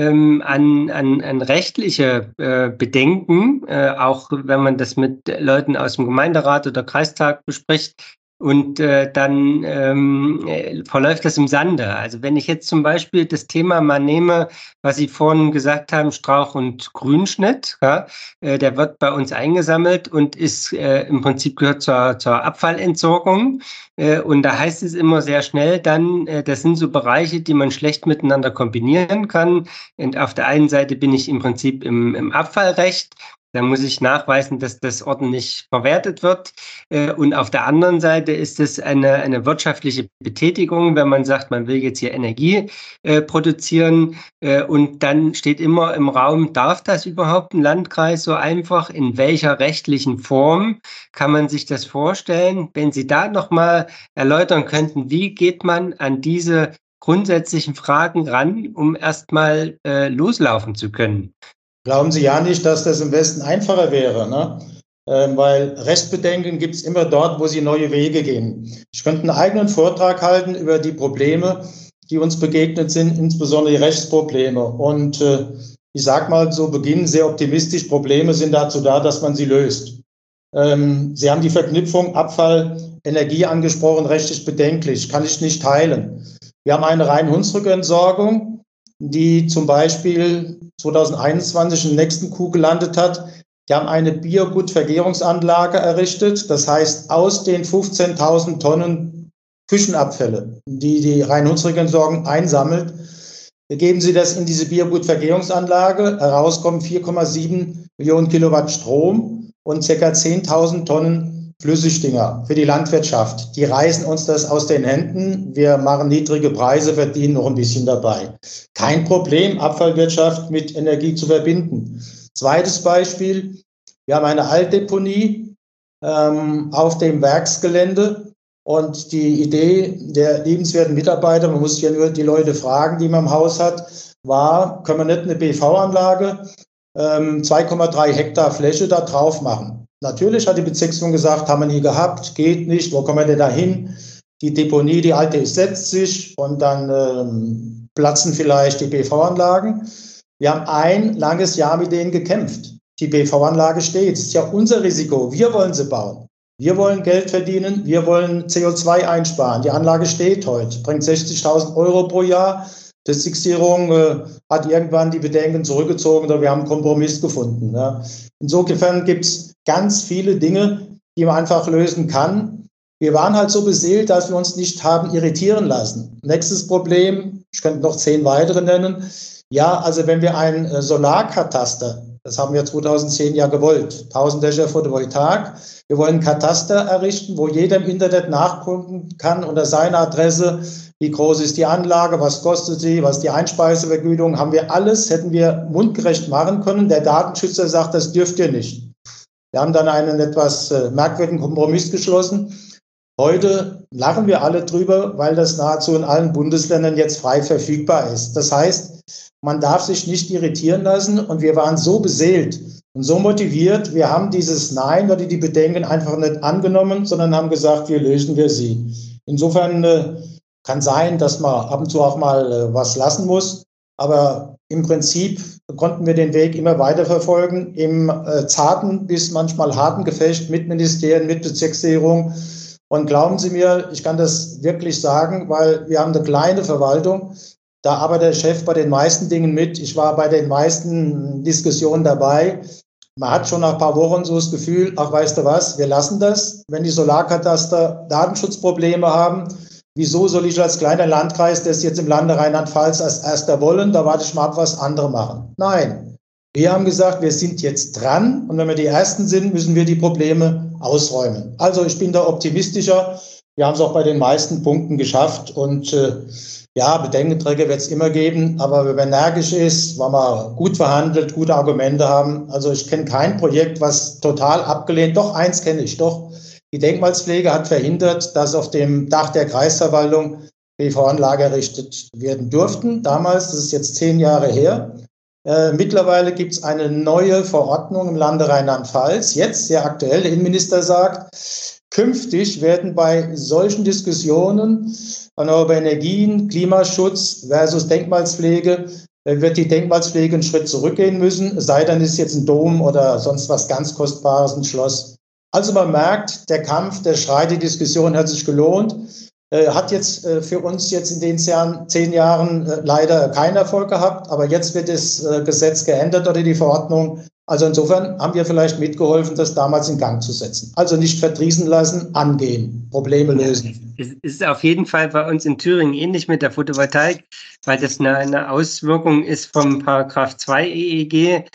an rechtliche Bedenken, auch wenn man das mit Leuten aus dem Gemeinderat oder Kreistag bespricht. Und dann verläuft das im Sande. Also wenn ich jetzt zum Beispiel das Thema mal nehme, was Sie vorhin gesagt haben, Strauch- und Grünschnitt, der wird bei uns eingesammelt und ist im Prinzip gehört zur Abfallentsorgung. Und da heißt es immer sehr schnell dann, das sind so Bereiche, die man schlecht miteinander kombinieren kann. Und auf der einen Seite bin ich im Prinzip im Abfallrecht. Da muss ich nachweisen, dass das ordentlich verwertet wird. Und auf der anderen Seite ist es eine wirtschaftliche Betätigung, wenn man sagt, man will jetzt hier Energie produzieren. Und dann steht immer im Raum, darf das überhaupt ein Landkreis so einfach? In welcher rechtlichen Form kann man sich das vorstellen? Wenn Sie da nochmal erläutern könnten, wie geht man an diese grundsätzlichen Fragen ran, um erstmal loslaufen zu können? Glauben Sie ja nicht, dass das im Westen einfacher wäre, ne? Weil Rechtsbedenken gibt es immer dort, wo sie neue Wege gehen. Ich könnte einen eigenen Vortrag halten über die Probleme, die uns begegnet sind, insbesondere die Rechtsprobleme. Und ich sage mal zu Beginn sehr optimistisch, Probleme sind dazu da, dass man sie löst. Sie haben die Verknüpfung Abfall, Energie angesprochen, rechtlich bedenklich, kann ich nicht teilen. Wir haben eine Rhein-Hunsrück-Entsorgung, die zum Beispiel 2021 im nächsten Coup gelandet hat. Die haben eine Biogutvergärungsanlage errichtet. Das heißt, aus den 15.000 Tonnen Küchenabfälle, die die Rhein-Hunsrück-Entsorgung einsammelt, geben sie das in diese Biogutvergärungsanlage. Herauskommen 4,7 Millionen Kilowatt Strom und ca. 10.000 Tonnen Flüssigdinger für die Landwirtschaft. Die reißen uns das aus den Händen. Wir machen niedrige Preise, verdienen noch ein bisschen dabei. Kein Problem, Abfallwirtschaft mit Energie zu verbinden. Zweites Beispiel, wir haben eine Altdeponie auf dem Werksgelände und die Idee der liebenswerten Mitarbeiter, man muss ja nur die Leute fragen, die man im Haus hat, war, können wir nicht eine PV-Anlage, 2,3 Hektar Fläche da drauf machen. Natürlich hat die Bezirksführung gesagt, haben wir nie gehabt, geht nicht, wo kommen wir denn da hin? Die Deponie, die alte, setzt sich und dann platzen vielleicht die PV-Anlagen. Wir haben ein langes Jahr mit denen gekämpft. Die PV-Anlage steht, es ist ja unser Risiko, wir wollen sie bauen. Wir wollen Geld verdienen, wir wollen CO2 einsparen. Die Anlage steht heute, bringt 60.000 Euro pro Jahr. Die Fixierung hat irgendwann die Bedenken zurückgezogen oder wir haben einen Kompromiss gefunden. Ja. Insofern gibt es ganz viele Dinge, die man einfach lösen kann. wir waren halt so beseelt, dass wir uns nicht haben irritieren lassen. Nächstes Problem, ich könnte noch 10 weitere nennen. Ja, also wenn wir ein Solarkataster, das haben wir 2010 ja gewollt, 1000 Dächer Photovoltaik, wir wollen ein Kataster errichten, wo jeder im Internet nachgucken kann unter seiner Adresse, wie groß ist die Anlage, was kostet sie, was ist die Einspeisevergütung, haben wir alles, hätten wir mundgerecht machen können. Der Datenschützer sagt, das dürft ihr nicht. Wir haben dann einen etwas merkwürdigen Kompromiss geschlossen. Heute lachen wir alle drüber, weil das nahezu in allen Bundesländern jetzt frei verfügbar ist. Das heißt, man darf sich nicht irritieren lassen und wir waren so beseelt und so motiviert. Wir haben dieses Nein oder die Bedenken einfach nicht angenommen, sondern haben gesagt, wir lösen sie. Insofern kann sein, dass man ab und zu auch mal was lassen muss. Aber im Prinzip konnten wir den Weg immer weiter verfolgen, im zarten bis manchmal harten Gefecht mit Ministerien, mit Bezirksregierung. Und glauben Sie mir, ich kann das wirklich sagen, weil wir haben eine kleine Verwaltung. Da arbeitet der Chef bei den meisten Dingen mit. Ich war bei den meisten Diskussionen dabei. Man hat schon nach ein paar Wochen so das Gefühl, ach, weißt du was, wir lassen das. Wenn die Solarkataster Datenschutzprobleme haben, wieso soll ich als kleiner Landkreis das jetzt im Lande Rheinland-Pfalz als erster wollen? Da warte ich mal ab, was andere machen. Nein, wir haben gesagt, wir sind jetzt dran und wenn wir die Ersten sind, müssen wir die Probleme ausräumen. Also ich bin da optimistischer. Wir haben es auch bei den meisten Punkten geschafft und ja, Bedenkenträger wird es immer geben, aber wenn man energisch ist, wenn man gut verhandelt, gute Argumente haben. Also ich kenne kein Projekt, was total abgelehnt. Doch, eins kenne ich, doch. Die Denkmalspflege hat verhindert, dass auf dem Dach der Kreisverwaltung PV-Anlage errichtet werden durften. Damals, das ist jetzt 10 Jahre her. Mittlerweile gibt es eine neue Verordnung im Lande Rheinland-Pfalz. Jetzt, sehr aktuell, der Innenminister sagt, künftig werden bei solchen Diskussionen erneuerbare Energien, Klimaschutz versus Denkmalspflege, wird die Denkmalspflege einen Schritt zurückgehen müssen, es sei denn, es ist jetzt ein Dom oder sonst was ganz Kostbares, ein Schloss. Also man merkt, der Kampf, der Streit, die Diskussion hat sich gelohnt. Hat jetzt für uns jetzt in den 10 Jahren leider keinen Erfolg gehabt, aber jetzt wird das Gesetz geändert oder die Verordnung. Also insofern haben wir vielleicht mitgeholfen, das damals in Gang zu setzen. Also nicht verdrießen lassen, angehen, Probleme lösen. Es ist auf jeden Fall bei uns in Thüringen ähnlich mit der Photovoltaik, weil das eine Auswirkung ist vom Paragraph 2 EEG,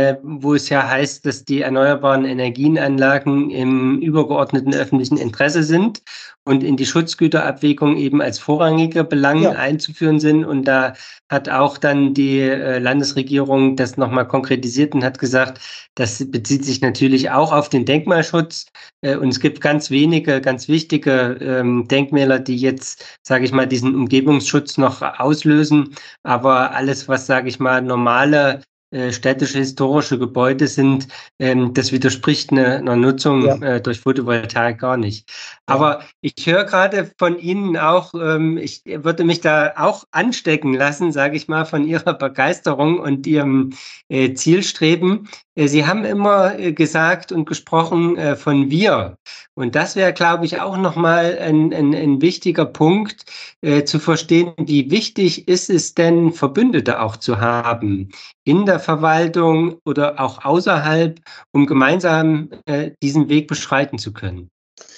wo es ja heißt, dass die erneuerbaren Energienanlagen im übergeordneten öffentlichen Interesse sind und in die Schutzgüterabwägung eben als vorrangige Belange einzuführen sind. Und da hat auch dann die Landesregierung das nochmal konkretisiert und hat gesagt, das bezieht sich natürlich auch auf den Denkmalschutz. Und es gibt ganz wenige, ganz wichtige Denkmäler, die jetzt, sage ich mal, diesen Umgebungsschutz noch auslösen. Aber alles, was, sage ich mal, normale städtische historische Gebäude sind, das widerspricht einer Nutzung durch Photovoltaik gar nicht. Aber ich höre gerade von Ihnen auch, ich würde mich da auch anstecken lassen, sage ich mal, von Ihrer Begeisterung und Ihrem Zielstreben. Sie haben immer gesagt und gesprochen von wir. Und das wäre, glaube ich, auch nochmal ein wichtiger Punkt, zu verstehen, wie wichtig ist es denn, Verbündete auch zu haben in der Verwaltung oder auch außerhalb, um gemeinsam diesen Weg beschreiten zu können?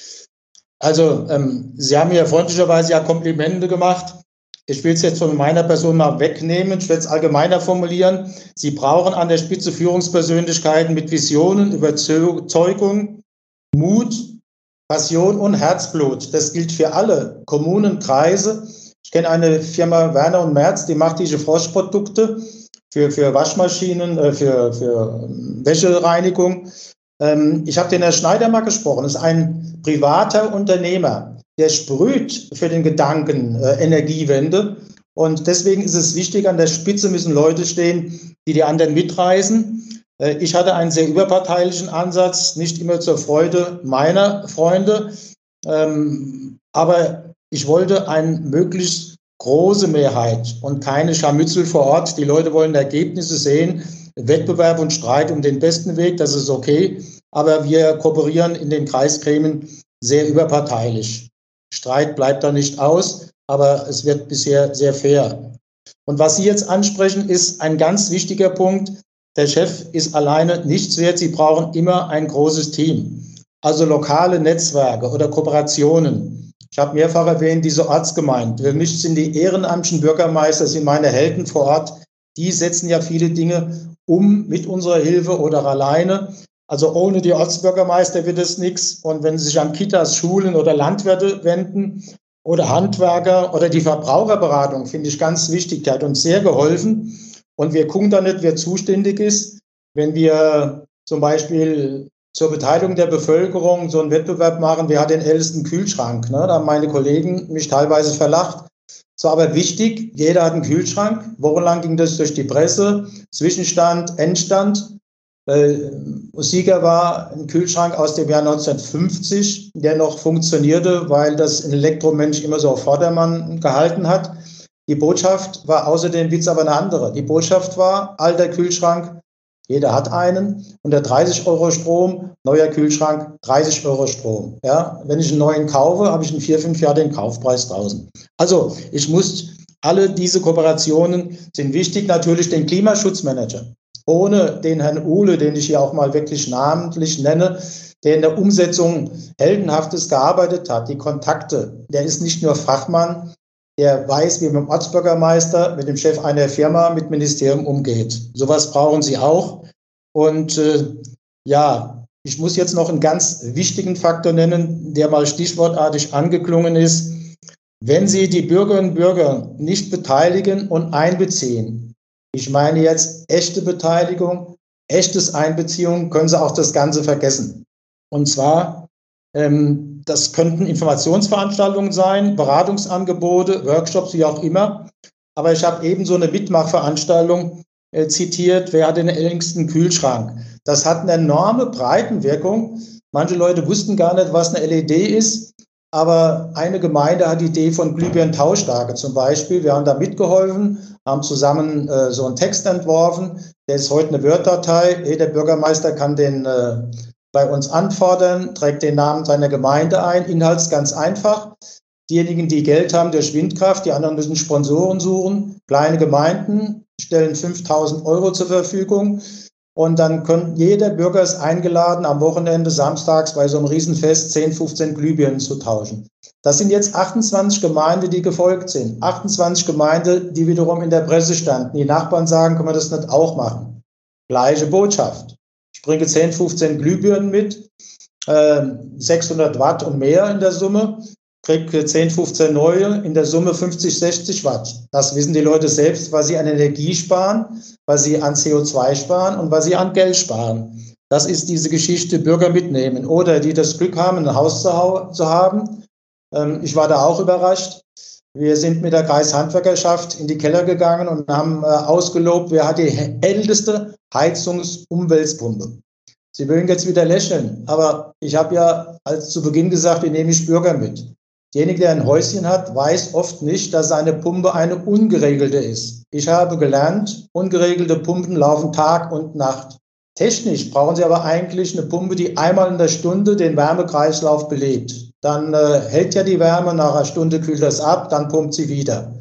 Also, Sie haben mir freundlicherweise ja Komplimente gemacht. Ich will es jetzt von meiner Person mal wegnehmen. Ich werde es allgemeiner formulieren. Sie brauchen an der Spitze Führungspersönlichkeiten mit Visionen, Überzeugung, Mut, Passion und Herzblut. Das gilt für alle Kommunen, Kreise. Ich kenne eine Firma Werner und Merz, die macht diese Froschprodukte für Waschmaschinen, für Wäschereinigung. Ich habe den Herrn Schneider mal gesprochen. Das ist ein privater Unternehmer, der sprüht für den Gedanken Energiewende. Und deswegen ist es wichtig, an der Spitze müssen Leute stehen, die die anderen mitreißen. Ich hatte einen sehr überparteilichen Ansatz, nicht immer zur Freude meiner Freunde. Aber ich wollte eine möglichst große Mehrheit und keine Scharmützel vor Ort. Die Leute wollen Ergebnisse sehen. Wettbewerb und Streit um den besten Weg, das ist okay. Aber wir kooperieren in den Kreisgremien sehr überparteilich. Streit bleibt da nicht aus, aber es wird bisher sehr fair. Und was Sie jetzt ansprechen, ist ein ganz wichtiger Punkt. Der Chef ist alleine nichts wert. Sie brauchen immer ein großes Team. also lokale Netzwerke oder Kooperationen. Ich habe mehrfach erwähnt, diese Ortsgemeinden. Für mich sind die ehrenamtlichen Bürgermeister, sind meine Helden vor Ort. Die setzen ja viele Dinge um mit unserer Hilfe oder alleine. Also ohne die Ortsbürgermeister wird es nichts. Und wenn Sie sich an Kitas, Schulen oder Landwirte wenden oder Handwerker oder die Verbraucherberatung, finde ich ganz wichtig. Die hat uns sehr geholfen. Und wir gucken da nicht, wer zuständig ist. Wenn wir zum Beispiel zur Beteiligung der Bevölkerung so einen Wettbewerb machen, wer hat den ältesten Kühlschrank? Ne? Da haben meine Kollegen mich teilweise verlacht. So, aber wichtig, jeder hat einen Kühlschrank. Wochenlang ging das durch die Presse. Zwischenstand, Endstand. Sieger war ein Kühlschrank aus dem Jahr 1950, der noch funktionierte, weil das ein Elektromensch immer so auf Vordermann gehalten hat. Die Botschaft war außerdem Witz aber eine andere. Die Botschaft war, alter Kühlschrank, jeder hat einen, unter 30 € Strom, neuer Kühlschrank, 30 € Strom. Ja, wenn ich einen neuen kaufe, habe ich in 4-5 Jahren den Kaufpreis draußen. Also ich muss, alle diese Kooperationen sind wichtig, natürlich den Klimaschutzmanager. Ohne den Herrn Uhle, den ich hier auch mal wirklich namentlich nenne, der in der Umsetzung Heldenhaftes gearbeitet hat, die Kontakte, der ist nicht nur Fachmann, der weiß, wie man mit dem Ortsbürgermeister, mit dem Chef einer Firma, mit dem Ministerium umgeht. Sowas brauchen Sie auch. Und ja, ich muss jetzt noch einen ganz wichtigen Faktor nennen, der mal stichwortartig angeklungen ist. Wenn Sie die Bürgerinnen und Bürger nicht beteiligen und einbeziehen, ich meine jetzt echte Beteiligung, echtes Einbeziehung, können Sie auch das Ganze vergessen. Und zwar, das könnten Informationsveranstaltungen sein, Beratungsangebote, Workshops, wie auch immer. Aber ich habe eben so eine Mitmachveranstaltung zitiert, wer hat den ältesten Kühlschrank? Das hat eine enorme Breitenwirkung. Manche Leute wussten gar nicht, was eine LED ist. Aber eine Gemeinde hat die Idee von Glühbirnen-Tauschtage zum Beispiel. Wir haben da mitgeholfen, haben zusammen so einen Text entworfen. Der ist heute eine Word-Datei. Jeder Bürgermeister kann den bei uns anfordern, trägt den Namen seiner Gemeinde ein. Inhalt ist ganz einfach. Diejenigen, die Geld haben durch Windkraft, die anderen müssen Sponsoren suchen. Kleine Gemeinden stellen 5.000 € zur Verfügung. Und dann jeder Bürger ist eingeladen, am Wochenende, samstags bei so einem Riesenfest 10, 15 Glühbirnen zu tauschen. Das sind jetzt 28 Gemeinden, die gefolgt sind. 28 Gemeinden, die wiederum in der Presse standen. Die Nachbarn sagen, können wir das nicht auch machen? Gleiche Botschaft. Ich bringe 10, 15 Glühbirnen mit, 600 Watt und mehr in der Summe. Kriege 10, 15 neue, in der Summe 50, 60 Watt. Das wissen die Leute selbst, was sie an Energie sparen, was sie an CO2 sparen und was sie an Geld sparen. Das ist diese Geschichte, Bürger mitnehmen oder die das Glück haben, ein Haus zu haben. Ich war da auch überrascht. Wir sind mit der Kreishandwerkerschaft in die Keller gegangen und haben ausgelobt, wer hat die älteste Heizungsumweltpumpe. Sie mögen jetzt wieder lächeln, aber ich habe ja als zu Beginn gesagt, wie nehme ich Bürger mit. Derjenige, der ein Häuschen hat, weiß oft nicht, dass seine Pumpe eine ungeregelte ist. Ich habe gelernt, ungeregelte Pumpen laufen Tag und Nacht. Technisch brauchen Sie aber eigentlich eine Pumpe, die einmal in der Stunde den Wärmekreislauf belebt. Dann hält ja die Wärme, nach einer Stunde kühlt das ab, dann pumpt sie wieder.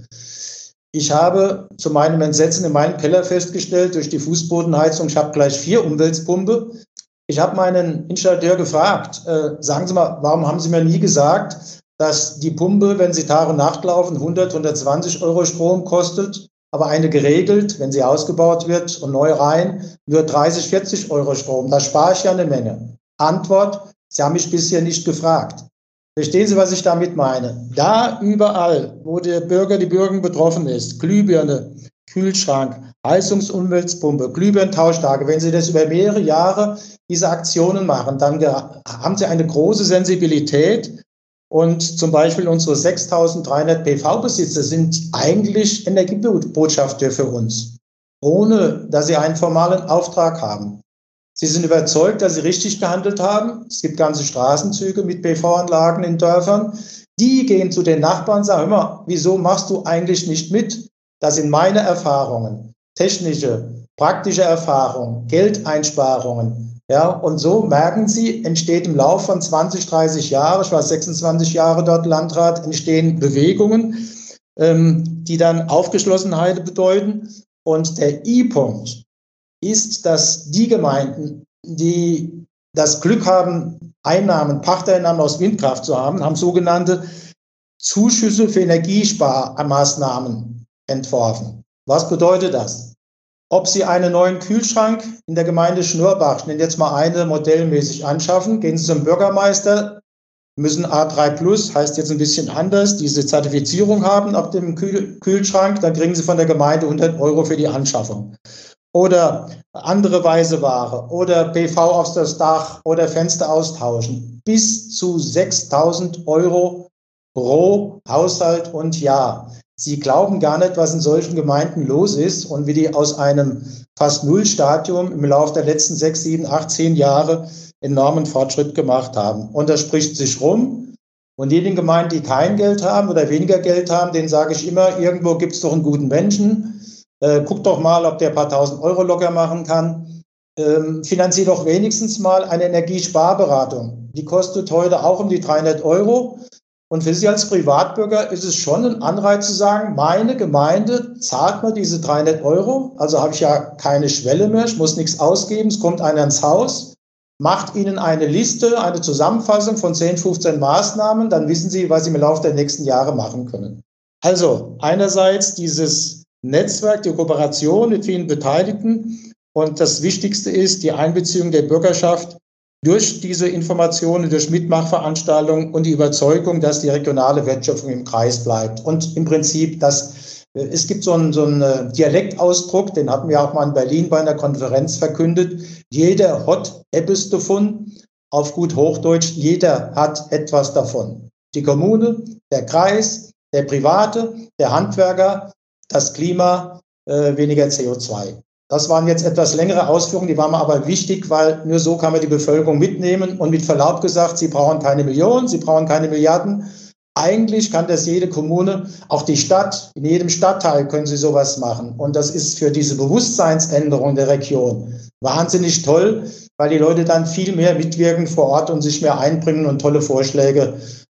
Ich habe zu meinem Entsetzen in meinem Keller festgestellt, durch die Fußbodenheizung, ich habe gleich 4 Umweltpumpe. Ich habe meinen Installateur gefragt, sagen Sie mal, warum haben Sie mir nie gesagt, dass die Pumpe, wenn sie Tag und Nacht laufen, 100, 120 € Strom kostet, aber eine geregelt, wenn sie ausgebaut wird und neu rein, nur 30, 40 € Strom. Da spare ich ja eine Menge. Antwort, Sie haben mich bisher nicht gefragt. Verstehen Sie, was ich damit meine? Da überall, wo der Bürger, die Bürgerin betroffen ist, Glühbirne, Kühlschrank, Heizungsumweltpumpe, Glühbirnentauschtage, wenn Sie das über mehrere Jahre diese Aktionen machen, dann haben Sie eine große Sensibilität. Und zum Beispiel unsere 6.300 PV-Besitzer sind eigentlich Energiebotschafter für uns, ohne dass sie einen formalen Auftrag haben. Sie sind überzeugt, dass sie richtig gehandelt haben. Es gibt ganze Straßenzüge mit PV-Anlagen in Dörfern. Die gehen zu den Nachbarn und sagen, hör mal, wieso machst du eigentlich nicht mit? Das sind meine Erfahrungen, technische, praktische Erfahrungen, Geldeinsparungen. Ja, und so merken Sie, entsteht im Laufe von 20, 30 Jahren, ich war 26 Jahre dort Landrat, entstehen Bewegungen, die dann Aufgeschlossenheit bedeuten. Und der I-Punkt ist, dass die Gemeinden, die das Glück haben, Einnahmen, Pachteinnahmen aus Windkraft zu haben, haben sogenannte Zuschüsse für Energiesparmaßnahmen entworfen. Was bedeutet das? Ob Sie einen neuen Kühlschrank in der Gemeinde Schnurrbach, ich nenne jetzt mal eine modellmäßig anschaffen, gehen Sie zum Bürgermeister, müssen A3 Plus, heißt jetzt ein bisschen anders, diese Zertifizierung haben ab dem Kühlschrank, dann kriegen Sie von der Gemeinde 100 Euro für die Anschaffung. Oder andere Weiseware oder PV auf das Dach oder Fenster austauschen. Bis zu 6.000 Euro pro Haushalt und Jahr. Sie glauben gar nicht, was in solchen Gemeinden los ist und wie die aus einem fast Nullstadium im Laufe der letzten 6, 7, 8, 10 Jahre enormen Fortschritt gemacht haben. Und das spricht sich rum. Und jenen Gemeinden, die kein Geld haben oder weniger Geld haben, denen sage ich immer, irgendwo gibt es doch einen guten Menschen. Guck doch mal, ob der ein paar tausend Euro locker machen kann. Finanzier doch wenigstens mal eine Energiesparberatung. Die kostet heute auch um die 300 Euro. Und für Sie als Privatbürger ist es schon ein Anreiz zu sagen, meine Gemeinde zahlt mir diese 300 Euro. Also habe ich ja keine Schwelle mehr, ich muss nichts ausgeben. Es kommt einer ins Haus, macht Ihnen eine Liste, eine Zusammenfassung von 10, 15 Maßnahmen. Dann wissen Sie, was Sie im Laufe der nächsten Jahre machen können. Also einerseits dieses Netzwerk, die Kooperation mit vielen Beteiligten. Und das Wichtigste ist die Einbeziehung der Bürgerschaft durch diese Informationen, durch Mitmachveranstaltungen und die Überzeugung, dass die regionale Wertschöpfung im Kreis bleibt. Und im Prinzip, es gibt so einen Dialektausdruck, den hatten wir auch mal in Berlin bei einer Konferenz verkündet. Jeder hat etwas davon. Auf gut Hochdeutsch, jeder hat etwas davon. Die Kommune, der Kreis, der Private, der Handwerker, das Klima, weniger CO2. Das waren jetzt etwas längere Ausführungen, die waren mir aber wichtig, weil nur so kann man die Bevölkerung mitnehmen. Und mit Verlaub gesagt, Sie brauchen keine Millionen, Sie brauchen keine Milliarden. Eigentlich kann das jede Kommune, auch die Stadt, in jedem Stadtteil können Sie sowas machen. Und das ist für diese Bewusstseinsänderung der Region wahnsinnig toll, weil die Leute dann viel mehr mitwirken vor Ort und sich mehr einbringen und tolle Vorschläge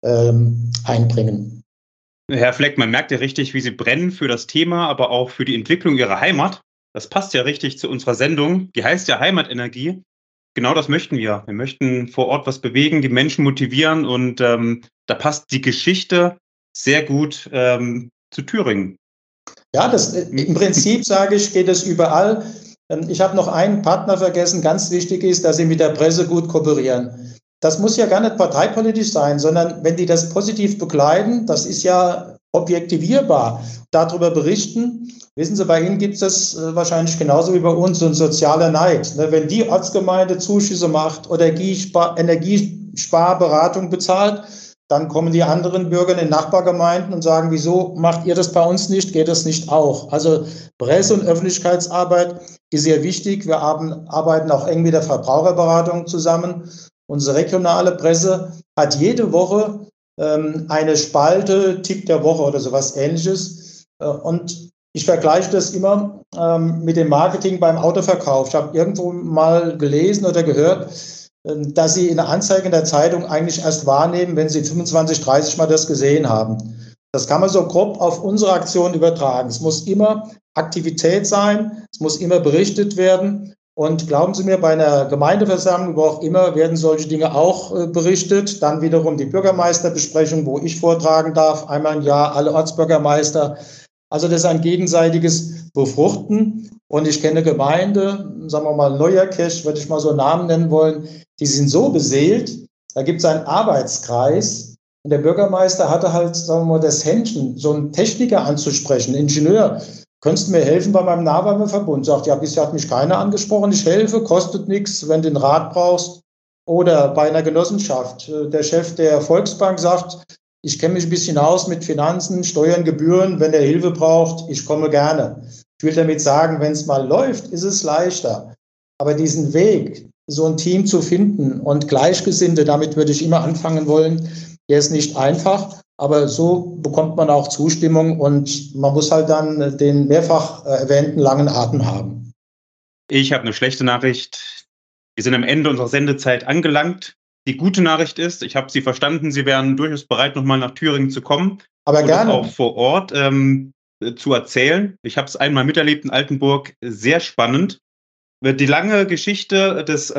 einbringen. Herr Fleck, man merkt ja richtig, wie Sie brennen für das Thema, aber auch für die Entwicklung Ihrer Heimat. Das passt ja richtig zu unserer Sendung. Die heißt ja Heimatenergie. Genau das möchten wir. Wir möchten vor Ort was bewegen, die Menschen motivieren und da passt die Geschichte sehr gut zu Thüringen. Ja, im Prinzip, sage ich, geht es überall. Ich habe noch einen Partner vergessen. Ganz wichtig ist, dass Sie mit der Presse gut kooperieren. Das muss ja gar nicht parteipolitisch sein, sondern wenn die das positiv begleiten, das ist ja objektivierbar, darüber berichten. Wissen Sie, bei Ihnen gibt es das wahrscheinlich genauso wie bei uns, so ein sozialer Neid. Wenn die Ortsgemeinde Zuschüsse macht oder Energiesparberatung bezahlt, dann kommen die anderen Bürger in den Nachbargemeinden und sagen, wieso macht ihr das bei uns nicht, geht das nicht auch? Also Presse- und Öffentlichkeitsarbeit ist sehr wichtig. Wir arbeiten auch eng mit der Verbraucherberatung zusammen. Unsere regionale Presse hat jede Woche eine Spalte, Tipp der Woche oder sowas Ähnliches. Und ich vergleiche das immer mit dem Marketing beim Autoverkauf. Ich habe irgendwo mal gelesen oder gehört, dass Sie in der Anzeige in der Zeitung eigentlich erst wahrnehmen, wenn Sie 25, 30 Mal das gesehen haben. Das kann man so grob auf unsere Aktion übertragen. Es muss immer Aktivität sein, es muss immer berichtet werden. Und glauben Sie mir, bei einer Gemeindeversammlung, wo auch immer, werden solche Dinge auch berichtet. Dann wiederum die Bürgermeisterbesprechung, wo ich vortragen darf, einmal im Jahr, alle Ortsbürgermeister. Also das ist ein gegenseitiges Befruchten. Und ich kenne Gemeinde, sagen wir mal Neuerkirch, würde ich mal so einen Namen nennen wollen, die sind so beseelt, da gibt es einen Arbeitskreis und der Bürgermeister hatte halt, sagen wir mal, das Händchen, so einen Techniker anzusprechen, Ingenieur. Könntest du mir helfen bei meinem Nahwärmeverbund? Sagt, ja, bisher hat mich keiner angesprochen, ich helfe, kostet nichts, wenn du den Rat brauchst. Oder bei einer Genossenschaft. Der Chef der Volksbank sagt, ich kenne mich ein bisschen aus mit Finanzen, Steuern, Gebühren, wenn der Hilfe braucht, ich komme gerne. Ich will damit sagen, wenn es mal läuft, ist es leichter. Aber diesen Weg, so ein Team zu finden und Gleichgesinnte, damit würde ich immer anfangen wollen, der ist nicht einfach. Aber so bekommt man auch Zustimmung und man muss halt dann den mehrfach erwähnten langen Atem haben. Ich habe eine schlechte Nachricht. Wir sind am Ende unserer Sendezeit angelangt. Die gute Nachricht ist, ich habe Sie verstanden, Sie wären durchaus bereit, nochmal nach Thüringen zu kommen. Aber gerne. Und auch vor Ort zu erzählen. Ich habe es einmal miterlebt in Altenburg, sehr spannend. Die lange Geschichte des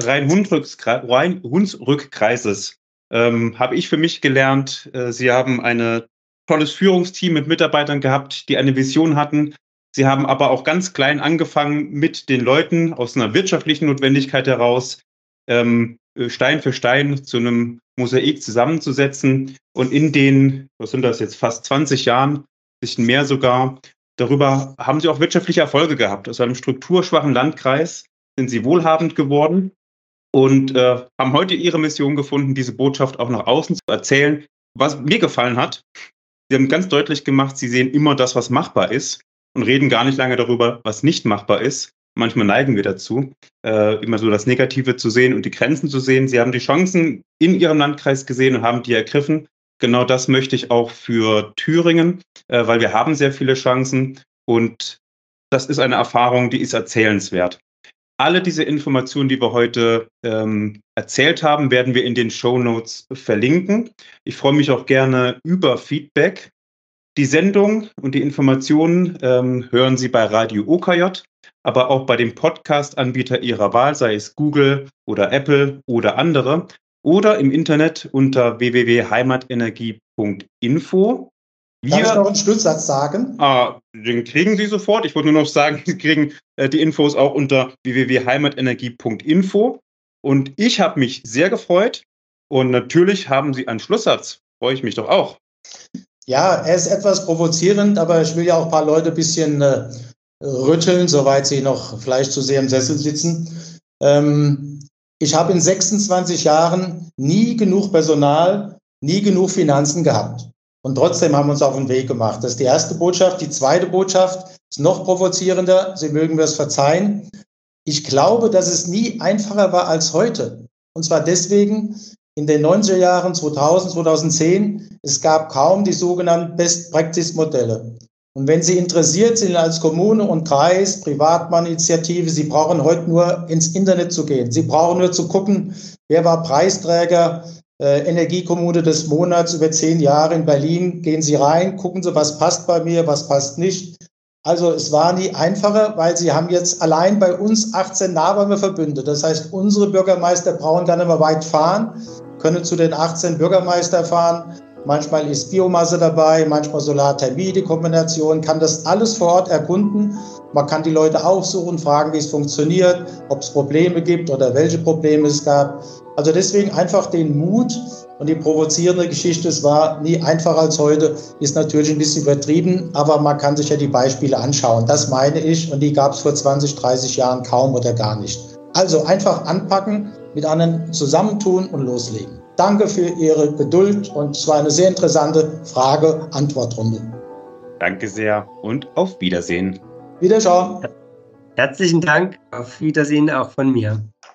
Rhein-Hunsrück-Kreises habe ich für mich gelernt. Sie haben ein tolles Führungsteam mit Mitarbeitern gehabt, die eine Vision hatten. Sie haben aber auch ganz klein angefangen mit den Leuten aus einer wirtschaftlichen Notwendigkeit heraus, Stein für Stein zu einem Mosaik zusammenzusetzen. Und in den, was sind das jetzt, fast 20 Jahren, ein bisschen mehr sogar, darüber haben sie auch wirtschaftliche Erfolge gehabt. Aus einem strukturschwachen Landkreis sind sie wohlhabend geworden und haben heute ihre Mission gefunden, diese Botschaft auch nach außen zu erzählen. Was mir gefallen hat, sie haben ganz deutlich gemacht, sie sehen immer das, was machbar ist und reden gar nicht lange darüber, was nicht machbar ist. Manchmal neigen wir dazu, immer so das Negative zu sehen und die Grenzen zu sehen. Sie haben die Chancen in ihrem Landkreis gesehen und haben die ergriffen. Genau das möchte ich auch für Thüringen, weil wir haben sehr viele Chancen und das ist eine Erfahrung, die ist erzählenswert. Alle diese Informationen, die wir heute erzählt haben, werden wir in den Shownotes verlinken. Ich freue mich auch gerne über Feedback. Die Sendung und die Informationen hören Sie bei Radio OKJ, aber auch bei dem Podcast-Anbieter Ihrer Wahl, sei es Google oder Apple oder andere, oder im Internet unter www.heimatenergie.info. Darf ich noch einen Schlusssatz sagen? Den kriegen Sie sofort. Ich wollte nur noch sagen, Sie kriegen die Infos auch unter www.heimatenergie.info. Und ich habe mich sehr gefreut. Und natürlich haben Sie einen Schlusssatz. Freue ich mich doch auch. Ja, er ist etwas provozierend, aber ich will ja auch ein paar Leute ein bisschen rütteln, soweit sie noch vielleicht zu sehr im Sessel sitzen. Ich habe in 26 Jahren nie genug Personal, nie genug Finanzen gehabt. Und trotzdem haben wir uns auf den Weg gemacht. Das ist die erste Botschaft. Die zweite Botschaft ist noch provozierender. Sie mögen mir es verzeihen. Ich glaube, dass es nie einfacher war als heute. Und zwar deswegen, in den 90er Jahren, 2000, 2010, es gab kaum die sogenannten Best-Practice-Modelle. Und wenn Sie interessiert sind als Kommune und Kreis, Privatmann-Initiative, Sie brauchen heute nur ins Internet zu gehen. Sie brauchen nur zu gucken, wer war Preisträger, Energiekommune des Monats über 10 Jahre in Berlin. Gehen Sie rein, gucken Sie, was passt bei mir, was passt nicht. Also es war nie einfacher, weil Sie haben jetzt allein bei uns 18 Nahbarmeverbünde. Das heißt, unsere Bürgermeister brauchen gar nicht mehr weit fahren, können zu den 18 Bürgermeister fahren. Manchmal ist Biomasse dabei, manchmal Solarthermie, die Kombination, kann das alles vor Ort erkunden. Man kann die Leute aufsuchen, fragen, wie es funktioniert, ob es Probleme gibt oder welche Probleme es gab. Also deswegen einfach den Mut und die provozierende Geschichte, es war nie einfacher als heute, ist natürlich ein bisschen übertrieben, aber man kann sich ja die Beispiele anschauen. Das meine ich und die gab es vor 20, 30 Jahren kaum oder gar nicht. Also einfach anpacken, mit anderen zusammentun und loslegen. Danke für Ihre Geduld und es war eine sehr interessante Frage-Antwort-Runde. Danke sehr und auf Wiedersehen. Wiederschauen. Herzlichen Dank. Auf Wiedersehen auch von mir.